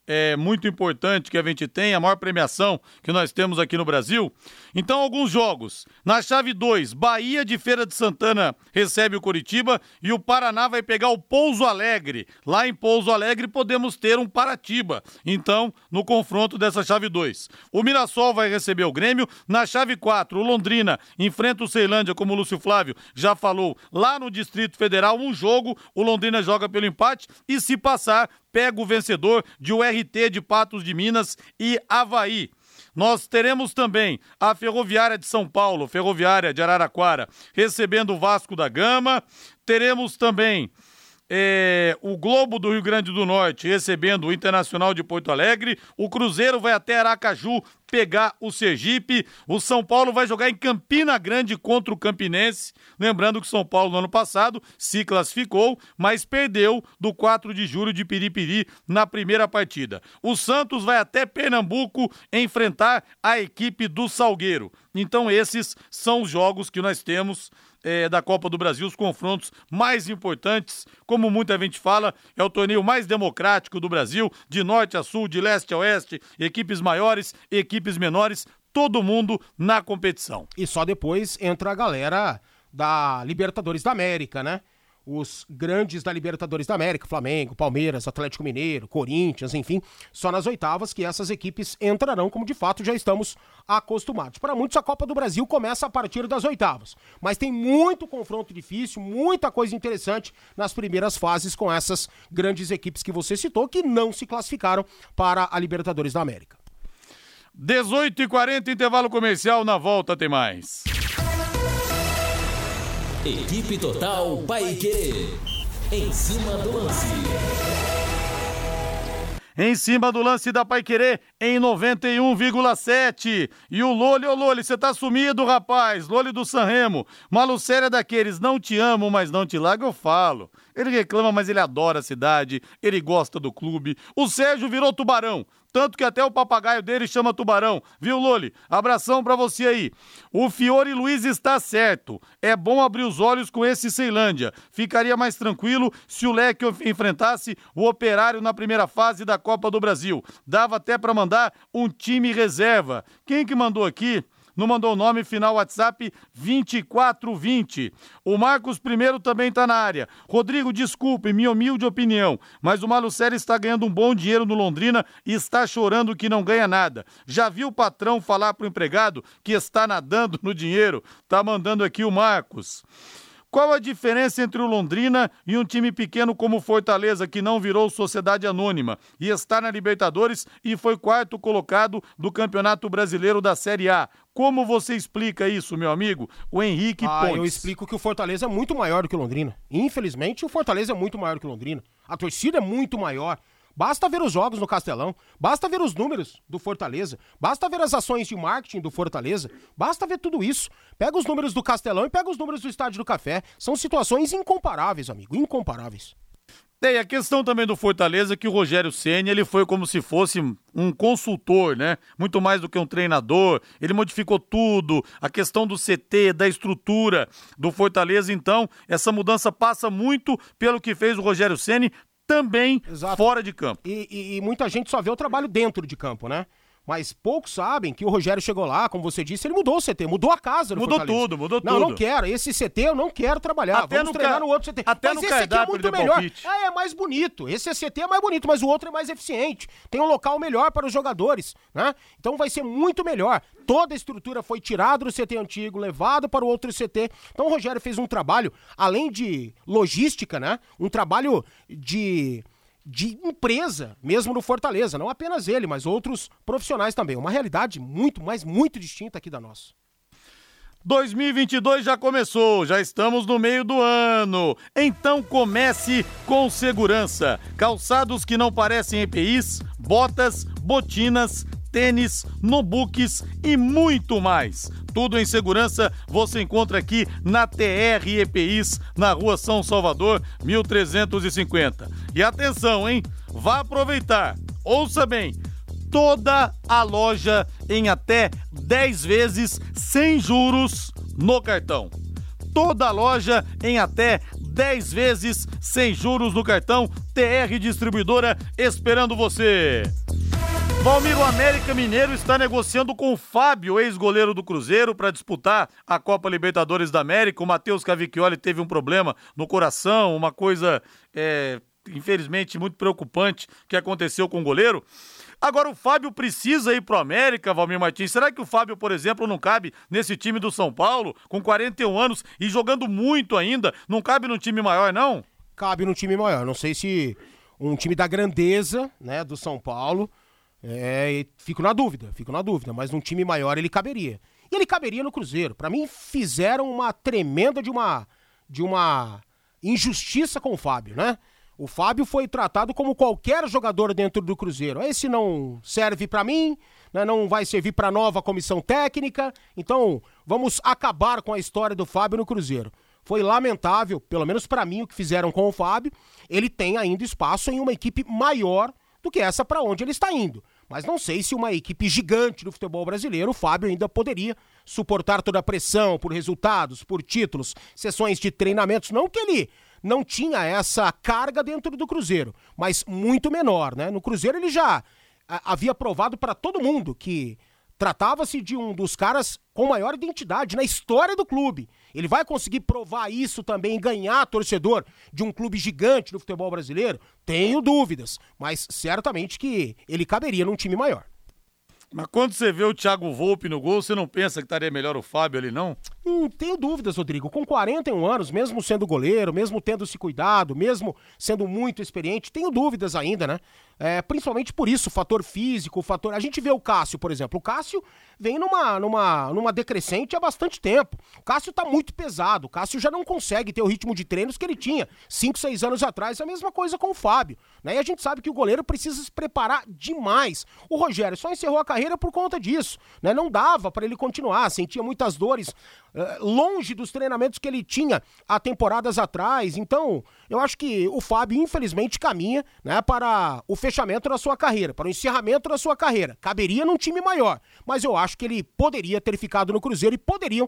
muito importante que a gente tem, a maior premiação que nós temos aqui no Brasil. Então, alguns jogos. Na chave 2, Bahia de Feira de Santana recebe o Coritiba e o Paraná vai pegar o Pouso Alegre. Lá em Pouso Alegre podemos ter um Paratiba. Então, no confronto dessa chave 2. O Mirassol vai receber o Grêmio. Na chave 4, o Londrina enfrenta o Ceilândia, como o Lúcio Flávio já falou, lá no Distrito Federal. Um jogo, o Londrina joga pelo empate e, se passar, pega o vencedor de URT de Patos de Minas e Avaí. Nós teremos também a Ferroviária de São Paulo, Ferroviária de Araraquara, recebendo o Vasco da Gama. Teremos também o Globo do Rio Grande do Norte recebendo o Internacional de Porto Alegre. O Cruzeiro vai até Aracaju pegar o Sergipe. O São Paulo vai jogar em Campina Grande contra o Campinense. Lembrando que o São Paulo no ano passado se classificou, mas perdeu do 4 de julho de Piripiri na primeira partida. O Santos vai até Pernambuco enfrentar a equipe do Salgueiro. Então esses são os jogos que nós temos da Copa do Brasil, os confrontos mais importantes. Como muita gente fala, é o torneio mais democrático do Brasil, de norte a sul, de leste a oeste, equipes maiores, equipes menores, todo mundo na competição. E só depois entra a galera da Libertadores da América, né? Os grandes da Libertadores da América, Flamengo, Palmeiras, Atlético Mineiro, Corinthians, enfim, só nas oitavas que essas equipes entrarão, como de fato já estamos acostumados. Para muitos, a Copa do Brasil começa a partir das oitavas, mas tem muito confronto difícil, muita coisa interessante nas primeiras fases com essas grandes equipes que você citou, que não se classificaram para a Libertadores da América. 18h40, intervalo comercial, na volta tem mais. Equipe Total Paiquerê, em cima do lance. Em cima do lance da Paiquerê, em 91,7. E o Loli, você tá sumido, rapaz. Loli do Sanremo. Malucéria daqueles, não te amo, mas não te largo, eu falo. Ele reclama, mas ele adora a cidade, ele gosta do clube. O Sérgio virou tubarão, tanto que até o papagaio dele chama tubarão. Viu, Loli? Abração pra você aí. O Fiore Luiz está certo. É bom abrir os olhos com esse Ceilândia. Ficaria mais tranquilo se o Leque enfrentasse o Operário na primeira fase da Copa do Brasil. Dava até pra mandar um time reserva. Quem que mandou aqui? Não mandou o nome, final WhatsApp 2420. O Marcos Primeiro também tá na área. Rodrigo, desculpe, minha humilde opinião, mas o Malucelli está ganhando um bom dinheiro no Londrina e está chorando que não ganha nada. Já viu o patrão falar pro empregado que está nadando no dinheiro? Tá mandando aqui o Marcos. Qual a diferença entre o Londrina e um time pequeno como Fortaleza, que não virou sociedade anônima e está na Libertadores e foi quarto colocado do Campeonato Brasileiro da Série A? Como você explica isso, meu amigo? O Henrique Pontes. Eu explico que o Fortaleza é muito maior do que o Londrina. Infelizmente, o Fortaleza é muito maior do que o Londrina. A torcida é muito maior. Basta ver os jogos no Castelão, basta ver os números do Fortaleza, basta ver as ações de marketing do Fortaleza, basta ver tudo isso. Pega os números do Castelão e pega os números do Estádio do Café. São situações incomparáveis, amigo, incomparáveis. Tem a questão também do Fortaleza, que o Rogério Ceni, ele foi como se fosse um consultor, né? Muito mais do que um treinador. Ele modificou tudo, a questão do CT, da estrutura do Fortaleza. Então, essa mudança passa muito pelo que fez o Rogério Ceni, também Exato. Fora de campo. E muita gente só vê o trabalho dentro de campo, né? Mas poucos sabem que o Rogério chegou lá, como você disse, ele mudou o CT, mudou a casa do Fortaleza. Mudou tudo. Não, não quero. Esse CT eu não quero trabalhar. Até vamos treinar no outro CT. Até mas no esse aqui é muito melhor. É mais bonito. Esse CT é mais bonito, mas o outro é mais eficiente. Tem um local melhor para os jogadores, né? Então vai ser muito melhor. Toda a estrutura foi tirada do CT antigo, levada para o outro CT. Então o Rogério fez um trabalho, além de logística, né? Um trabalho de empresa, mesmo no Fortaleza, não apenas ele, mas outros profissionais também. Uma realidade muito, mas muito distinta aqui da nossa. 2022 já começou, já estamos no meio do ano. Então comece com segurança. Calçados que não parecem EPIs, botas, botinas, tênis, notebooks e muito mais. Tudo em segurança você encontra aqui na TR EPIs, na Rua São Salvador, 1350. E atenção, hein? Vá aproveitar. Ouça bem. Toda a loja em até 10 vezes sem juros no cartão. Toda a loja em até 10 vezes sem juros no cartão TR Distribuidora, esperando você. Valmir, o América Mineiro está negociando com o Fábio, ex-goleiro do Cruzeiro, para disputar a Copa Libertadores da América. O Matheus Cavicchioli teve um problema no coração, uma coisa, infelizmente, muito preocupante que aconteceu com o goleiro. Agora o Fábio precisa ir pro América, Valmir Martins. Será que o Fábio, por exemplo, não cabe nesse time do São Paulo, com 41 anos e jogando muito ainda? Não cabe num time maior, não? Cabe num time maior. Não sei se um time da grandeza, né, do São Paulo... Fico na dúvida, mas num time maior ele caberia. E ele caberia no Cruzeiro. Pra mim, fizeram uma tremenda de uma injustiça com o Fábio, né? O Fábio foi tratado como qualquer jogador dentro do Cruzeiro. Esse não serve pra mim, né? Não vai servir pra nova comissão técnica, então vamos acabar com a história do Fábio no Cruzeiro. Foi lamentável, pelo menos pra mim, o que fizeram com o Fábio. Ele tem ainda espaço em uma equipe maior do que essa pra onde ele está indo. Mas não sei se uma equipe gigante do futebol brasileiro, o Fábio ainda poderia suportar toda a pressão por resultados, por títulos, sessões de treinamentos. Não que ele não tinha essa carga dentro do Cruzeiro, mas muito menor, né? No Cruzeiro ele já havia provado para todo mundo que tratava-se de um dos caras com maior identidade na história do clube. Ele vai conseguir provar isso também, ganhar torcedor de um clube gigante do futebol brasileiro? Tenho dúvidas, mas certamente que ele caberia num time maior. Mas quando você vê o Thiago Volpi no gol, você não pensa que estaria melhor o Fábio ali, não? Tenho dúvidas, Rodrigo. Com 41 anos, mesmo sendo goleiro, mesmo tendo se cuidado, mesmo sendo muito experiente, tenho dúvidas ainda, né? Principalmente por isso, o fator físico, o fator... A gente vê o Cássio, por exemplo. O Cássio vem numa decrescente há bastante tempo. O Cássio tá muito pesado. O Cássio já não consegue ter o ritmo de treinos que ele tinha 5, 6 anos atrás. A mesma coisa com o Fábio, né? E a gente sabe que o goleiro precisa se preparar demais. O Rogério só encerrou a carreira por conta disso, né? Não dava para ele continuar, sentia muitas dores longe dos treinamentos que ele tinha há temporadas atrás. Então, eu acho que o Fábio, infelizmente, caminha, né, para o fechamento da sua carreira, para o encerramento da sua carreira. Caberia num time maior, mas eu acho que ele poderia ter ficado no Cruzeiro e poderiam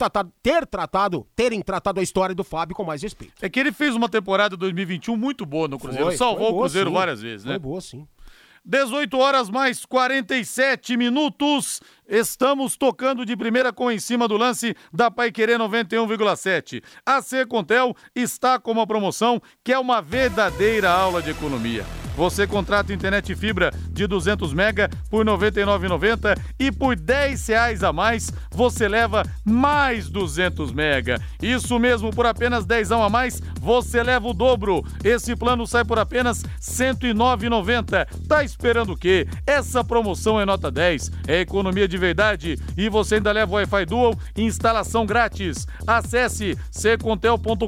terem tratado a história do Fábio com mais respeito. É que ele fez uma temporada 2021 muito boa no Cruzeiro, salvou o Cruzeiro várias vezes, né? Foi boa, sim. 18 horas mais 47 minutos, estamos tocando de primeira com Em Cima do Lance da Paiquerê 91,7. A Secontel está com uma promoção que é uma verdadeira aula de economia. Você contrata internet fibra de 200 mega por R$ 99,90 e por R$10 a mais você leva mais 200 mega. Isso mesmo, por apenas R$10 a mais você leva o dobro. Esse plano sai por apenas R$ 109,90. Tá esperando o quê? Essa promoção é nota 10, é economia de verdade e você ainda leva o Wi-Fi Dual e instalação grátis. Acesse secontel.com.br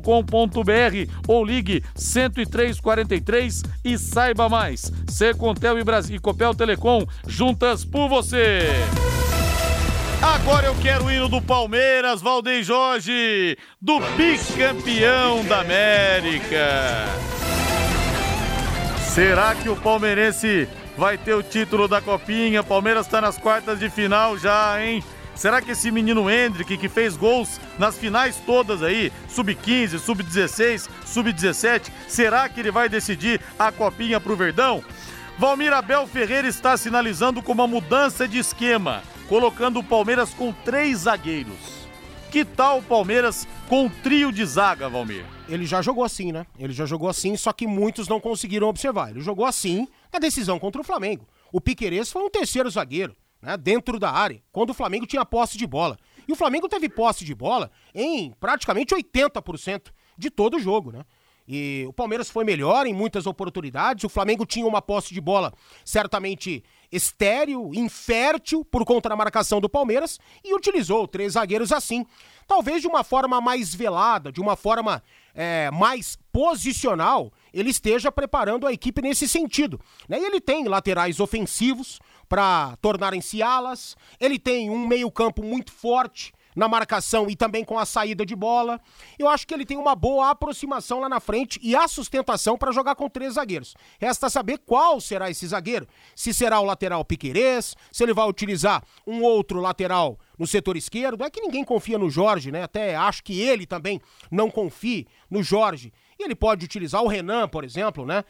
ou ligue 10343 e saiba mais. Secontel e Copel Telecom, juntas por você. Agora eu quero o hino do Palmeiras, Valdeir Jorge, do bicampeão da América. Será que o palmeirense vai ter o título da Copinha? Palmeiras está nas quartas de final já, hein? Será que esse menino Hendrick, que fez gols nas finais todas aí, sub-15, sub-16, sub-17, será que ele vai decidir a Copinha pro Verdão? Valmir, Abel Ferreira está sinalizando com uma mudança de esquema, colocando o Palmeiras com 3 zagueiros. Que tal o Palmeiras com um trio de zaga, Valmir? Ele já jogou assim, né? Ele já jogou assim, só que muitos não conseguiram observar. Ele jogou assim na decisão contra o Flamengo. O Piquerez foi um terceiro zagueiro, né, dentro da área, quando o Flamengo tinha posse de bola. E o Flamengo teve posse de bola em praticamente 80% de todo o jogo, né? E o Palmeiras foi melhor em muitas oportunidades, o Flamengo tinha uma posse de bola certamente estéril, infértil, por conta da marcação do Palmeiras, e utilizou 3 zagueiros assim, talvez de uma forma mais velada, de uma forma mais posicional, ele esteja preparando a equipe nesse sentido, né? E ele tem laterais ofensivos para tornarem-se alas, ele tem um meio-campo muito forte, na marcação e também com a saída de bola. Eu acho que ele tem uma boa aproximação lá na frente e a sustentação para jogar com 3 zagueiros. Resta saber qual será esse zagueiro. Se será o lateral Piquerez, se ele vai utilizar um outro lateral no setor esquerdo. É que ninguém confia no Jorge, né? Até acho que ele também não confie no Jorge. E ele pode utilizar o Renan, por exemplo, né?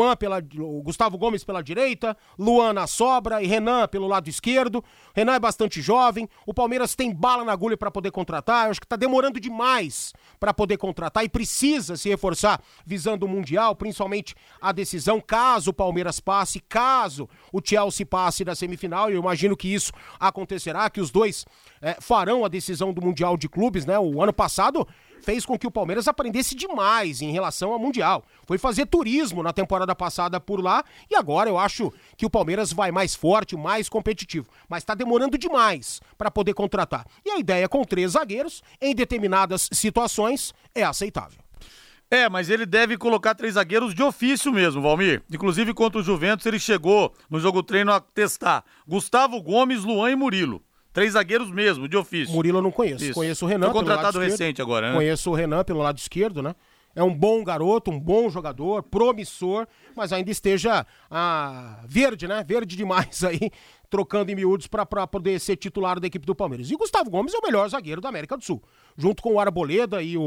O Gustavo Gomes pela direita, Luan na sobra e Renan pelo lado esquerdo. Renan é bastante jovem, o Palmeiras tem bala na agulha para poder contratar. Eu acho que tá demorando demais para poder contratar e precisa se reforçar visando o Mundial, principalmente a decisão, caso o Palmeiras passe, caso o Chelsea passe da semifinal. Eu imagino que isso acontecerá, que os dois farão a decisão do Mundial de Clubes, né? O ano passado fez com que o Palmeiras aprendesse demais em relação ao Mundial. Foi fazer turismo na temporada passada por lá e agora eu acho que o Palmeiras vai mais forte, mais competitivo. Mas está demorando demais para poder contratar. E a ideia com 3 zagueiros, em determinadas situações, é aceitável. Mas ele deve colocar 3 zagueiros de ofício mesmo, Valmir. Inclusive contra o Juventus ele chegou no jogo treino a testar Gustavo Gomes, Luan e Murilo. 3 zagueiros mesmo, de ofício. Murilo eu não conheço. Isso. Conheço o Renan. Foi contratado recente agora, né? Conheço o Renan pelo lado esquerdo, né? É um bom garoto, um bom jogador, promissor, mas ainda esteja verde, né? Verde demais aí, trocando em miúdos para poder ser titular da equipe do Palmeiras. E o Gustavo Gomes é o melhor zagueiro da América do Sul. Junto com o Arboleda e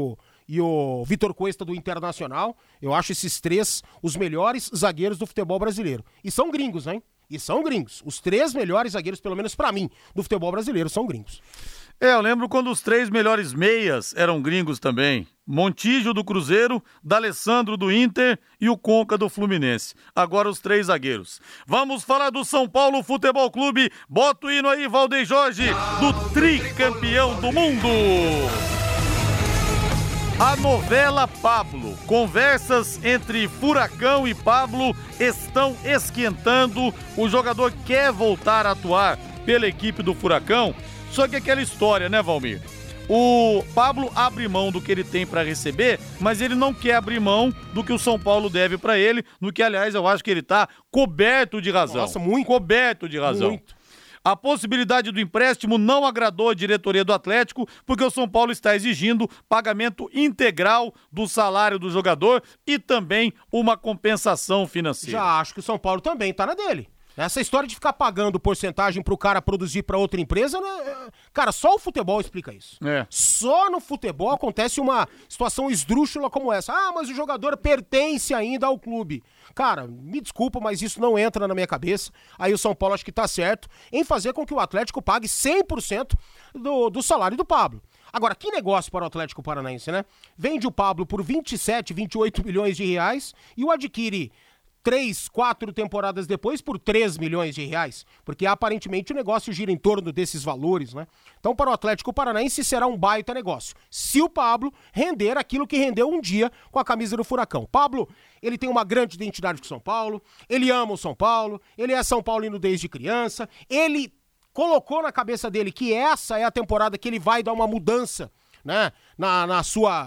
o Vitor Cuesta do Internacional, eu acho esses 3 os melhores zagueiros do futebol brasileiro. E são gringos, hein? E são gringos. Os 3 melhores zagueiros, pelo menos pra mim, do futebol brasileiro, são gringos. Eu lembro quando os 3 melhores meias eram gringos também. Montijo do Cruzeiro, D'Alessandro do Inter e o Conca do Fluminense. Agora os 3 zagueiros. Vamos falar do São Paulo Futebol Clube. Bota o hino aí, Valdeir Jorge, do tricampeão do mundo. A novela Pablo. Conversas entre Furacão e Pablo estão esquentando. O jogador quer voltar a atuar pela equipe do Furacão. Só que aquela história, né, Valmir? O Pablo abre mão do que ele tem para receber, mas ele não quer abrir mão do que o São Paulo deve para ele, no que, aliás, eu acho que ele tá coberto de razão. Nossa, muito. Coberto de razão. Muito. A possibilidade do empréstimo não agradou a diretoria do Atlético, porque o São Paulo está exigindo pagamento integral do salário do jogador e também uma compensação financeira. Já acho que o São Paulo também tá na dele. Essa história de ficar pagando porcentagem pro cara produzir pra outra empresa, né? Cara, só o futebol explica isso. Só no futebol acontece uma situação esdrúxula como essa. Ah, mas o jogador pertence ainda ao clube. Cara, me desculpa, mas isso não entra na minha cabeça. Aí o São Paulo acho que tá certo em fazer com que o Atlético pague 100% do salário do Pablo. Agora, que negócio para o Atlético Paranaense, né? Vende o Pablo por 27, 28 milhões de reais e o adquire 3, 4 temporadas depois por 3 milhões de reais, porque aparentemente o negócio gira em torno desses valores, né? Então para o Atlético Paranaense será um baita negócio, se o Pablo render aquilo que rendeu um dia com a camisa do Furacão. Pablo, ele tem uma grande identidade com São Paulo, ele ama o São Paulo, ele é São Paulino desde criança, ele colocou na cabeça dele que essa é a temporada que ele vai dar uma mudança, né? nas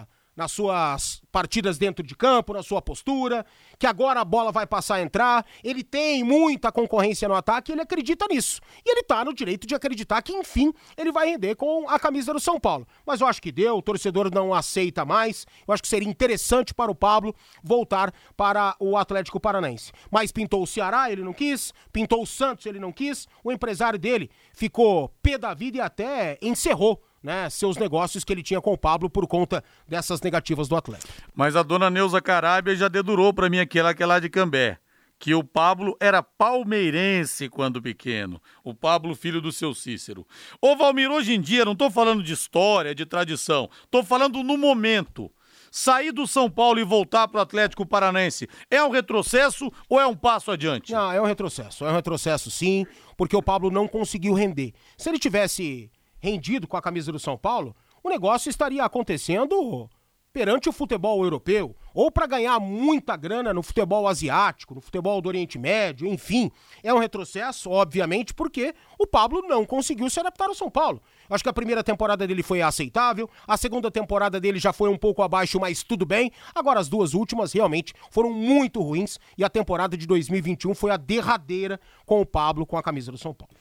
suas partidas dentro de campo, na sua postura, que agora a bola vai passar a entrar, ele tem muita concorrência no ataque, ele acredita nisso. E ele tá no direito de acreditar que, enfim, ele vai render com a camisa do São Paulo. Mas eu acho que deu, o torcedor não aceita mais, eu acho que seria interessante para o Pablo voltar para o Atlético Paranaense. Mas pintou o Ceará, ele não quis, pintou o Santos, ele não quis, o empresário dele ficou pé da vida e até encerrou, né, seus negócios que ele tinha com o Pablo por conta dessas negativas do Atlético. Mas a dona Neuza Carábia já dedurou pra mim aquela que é lá de Cambé, que o Pablo era palmeirense quando pequeno, o Pablo filho do seu Cícero. Ô Valmir, hoje em dia, não tô falando de história, de tradição, tô falando no momento. Sair do São Paulo e voltar pro Atlético Paranaense é um retrocesso ou é um passo adiante? Não, é um retrocesso sim, porque o Pablo não conseguiu render. Se ele tivesse rendido com a camisa do São Paulo, o negócio estaria acontecendo perante o futebol europeu, ou para ganhar muita grana no futebol asiático, no futebol do Oriente Médio, enfim. É um retrocesso, obviamente, porque o Pablo não conseguiu se adaptar ao São Paulo. Acho que a primeira temporada dele foi aceitável, a segunda temporada dele já foi um pouco abaixo, mas tudo bem. Agora as duas últimas realmente foram muito ruins e a temporada de 2021 foi a derradeira com o Pablo com a camisa do São Paulo.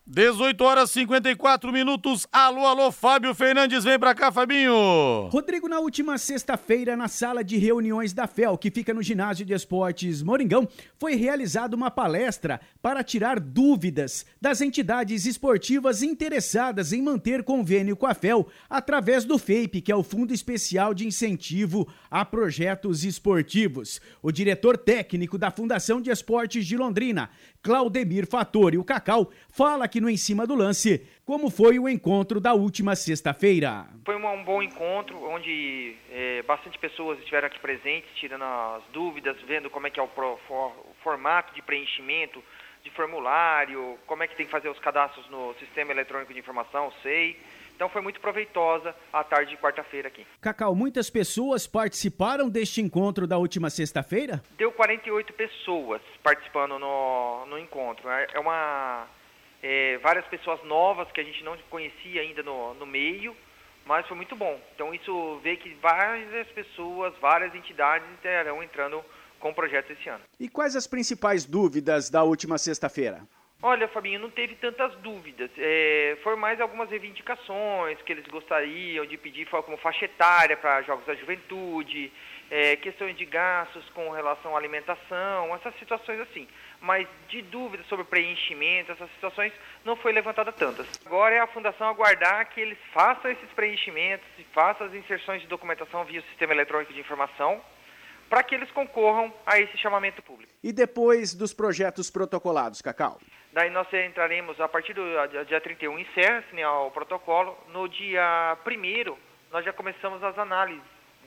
18h54. Alô, Fábio Fernandes, vem pra cá, Fabinho. Rodrigo, na última sexta-feira, na sala de reuniões da FEL, que fica no Ginásio de Esportes Moringão, foi realizada uma palestra para tirar dúvidas das entidades esportivas interessadas em manter convênio com a FEL através do FEIP, que é o Fundo Especial de Incentivo a Projetos Esportivos. O diretor técnico da Fundação de Esportes de Londrina, Claudemir Fattori, o Cacau, fala aqui no Em Cima do Lance como foi o encontro da última sexta-feira. Foi um bom encontro, onde bastante pessoas estiveram aqui presentes, tirando as dúvidas, vendo como é que é o formato de preenchimento de formulário, como é que tem que fazer os cadastros no Sistema Eletrônico de Informação, SEI. Então foi muito proveitosa a tarde de quarta-feira aqui. Cacau, muitas pessoas participaram deste encontro da última sexta-feira? Deu 48 pessoas participando no encontro. Várias pessoas novas que a gente não conhecia ainda no meio, mas foi muito bom. Então isso vê que várias pessoas, várias entidades estarão entrando com projetos esse ano. E quais as principais dúvidas da última sexta-feira? Olha, Fabinho, não teve tantas dúvidas. Foram mais algumas reivindicações que eles gostariam de pedir, como faixa etária para jogos da juventude, questões de gastos com relação à alimentação, essas situações assim. Mas de dúvidas sobre preenchimento, essas situações não foi levantada tantas. Agora é a Fundação aguardar que eles façam esses preenchimentos e façam as inserções de documentação via o Sistema Eletrônico de Informação, para que eles concorram a esse chamamento público. E depois dos projetos protocolados, Cacau? Daí nós entraremos, a partir do dia 31, encerra-se, né, o protocolo. No dia 1º, nós já começamos as análises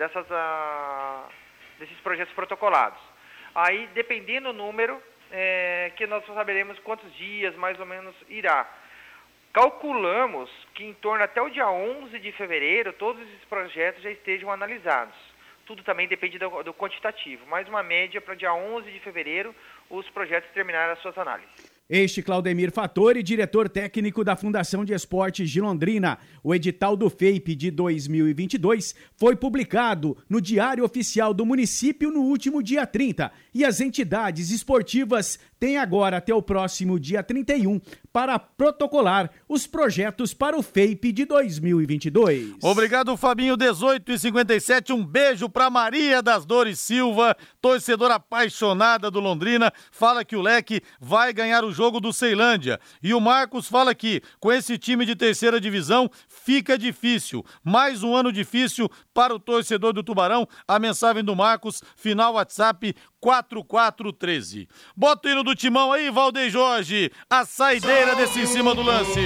desses projetos protocolados. Aí, dependendo do número, que nós saberemos quantos dias mais ou menos irá. Calculamos que em torno até o dia 11 de fevereiro, todos esses projetos já estejam analisados. Tudo também depende do quantitativo, mas uma média para dia 11 de fevereiro, os projetos terminarem as suas análises. Este Claudemir Fattori, diretor técnico da Fundação de Esportes de Londrina. O edital do FEIP de 2022 foi publicado no Diário Oficial do município no último dia 30 e as entidades esportivas têm agora até o próximo dia 31 para protocolar os projetos para o FEIP de 2022. Obrigado, Fabinho. 18h57, um beijo para Maria das Dores Silva, torcedora apaixonada do Londrina, fala que o Leque vai ganhar o jogo do Ceilândia. E o Marcos fala que com esse time de terceira divisão fica difícil. Mais um ano difícil para o torcedor do Tubarão. A mensagem do Marcos, final WhatsApp 4413. Bota o hino do Timão aí, Valdeir Jorge. A saideira desse Em Cima do Lance.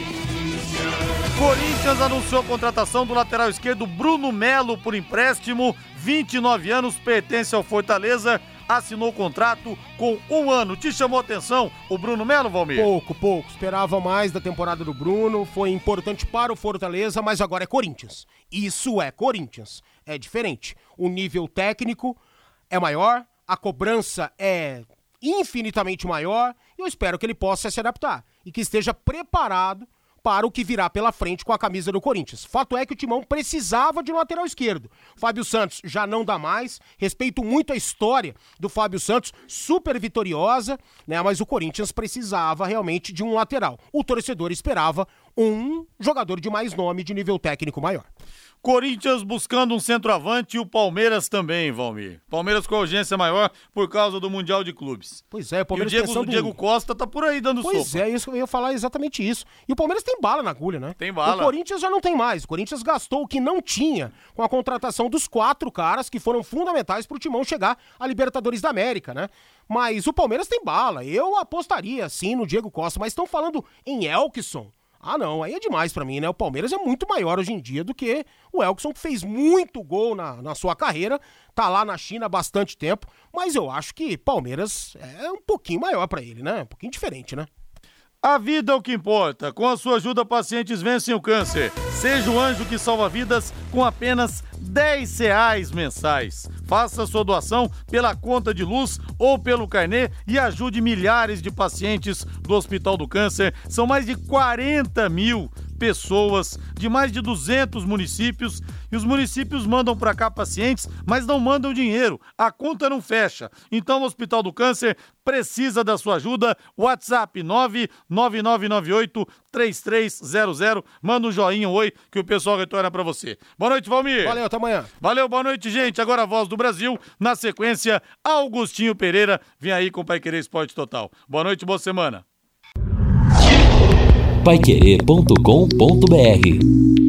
Corinthians anunciou a contratação do lateral esquerdo Bruno Melo por empréstimo. 29 anos, pertence ao Fortaleza. Assinou o contrato com 1 ano. Te chamou a atenção o Bruno Melo, Valmir? Pouco. Esperava mais da temporada do Bruno. Foi importante para o Fortaleza, mas agora é Corinthians. Isso é Corinthians. É diferente. O nível técnico é maior, a cobrança é infinitamente maior e eu espero que ele possa se adaptar e que esteja preparado para o que virá pela frente com a camisa do Corinthians. Fato é que o Timão precisava de um lateral esquerdo. Fábio Santos já não dá mais. Respeito muito a história do Fábio Santos, super vitoriosa, né? Mas o Corinthians precisava realmente de um lateral. O torcedor esperava um jogador de mais nome, de nível técnico maior. Corinthians buscando um centroavante e o Palmeiras também, Valmir. Palmeiras com urgência maior por causa do Mundial de Clubes. Pois é, o Palmeiras e o Diego Costa tá por aí dando sopa. Pois é, eu ia falar exatamente isso. E o Palmeiras tem bala na agulha, né? Tem bala. O Corinthians já não tem mais. O Corinthians gastou o que não tinha com a contratação dos 4 caras que foram fundamentais pro Timão chegar à Libertadores da América, né? Mas o Palmeiras tem bala. Eu apostaria, sim, no Diego Costa. Mas estão falando em Elkson. Ah, não, aí é demais pra mim, né? O Palmeiras é muito maior hoje em dia do que o Elkson, que fez muito gol na sua carreira, tá lá na China há bastante tempo, mas eu acho que Palmeiras é um pouquinho maior pra ele, né? Um pouquinho diferente, né? A vida é o que importa. Com a sua ajuda, pacientes vencem o câncer. Seja o anjo que salva vidas com apenas R$10 mensais. Faça sua doação pela conta de luz ou pelo carnê e ajude milhares de pacientes do Hospital do Câncer. São mais de 40 mil pessoas de mais de 200 municípios e os municípios mandam para cá pacientes, mas não mandam dinheiro. A conta não fecha. Então o Hospital do Câncer precisa da sua ajuda. WhatsApp 99998-3300. Manda um joinha, oi, que o pessoal retorna para você. Boa noite, Valmir. Valeu, até amanhã. Valeu, boa noite, gente. Agora a Voz do Brasil. Na sequência, Augustinho Pereira. Vem aí com o Paiquerê Esporte Total. Boa noite, boa semana. Paiquerê.com.br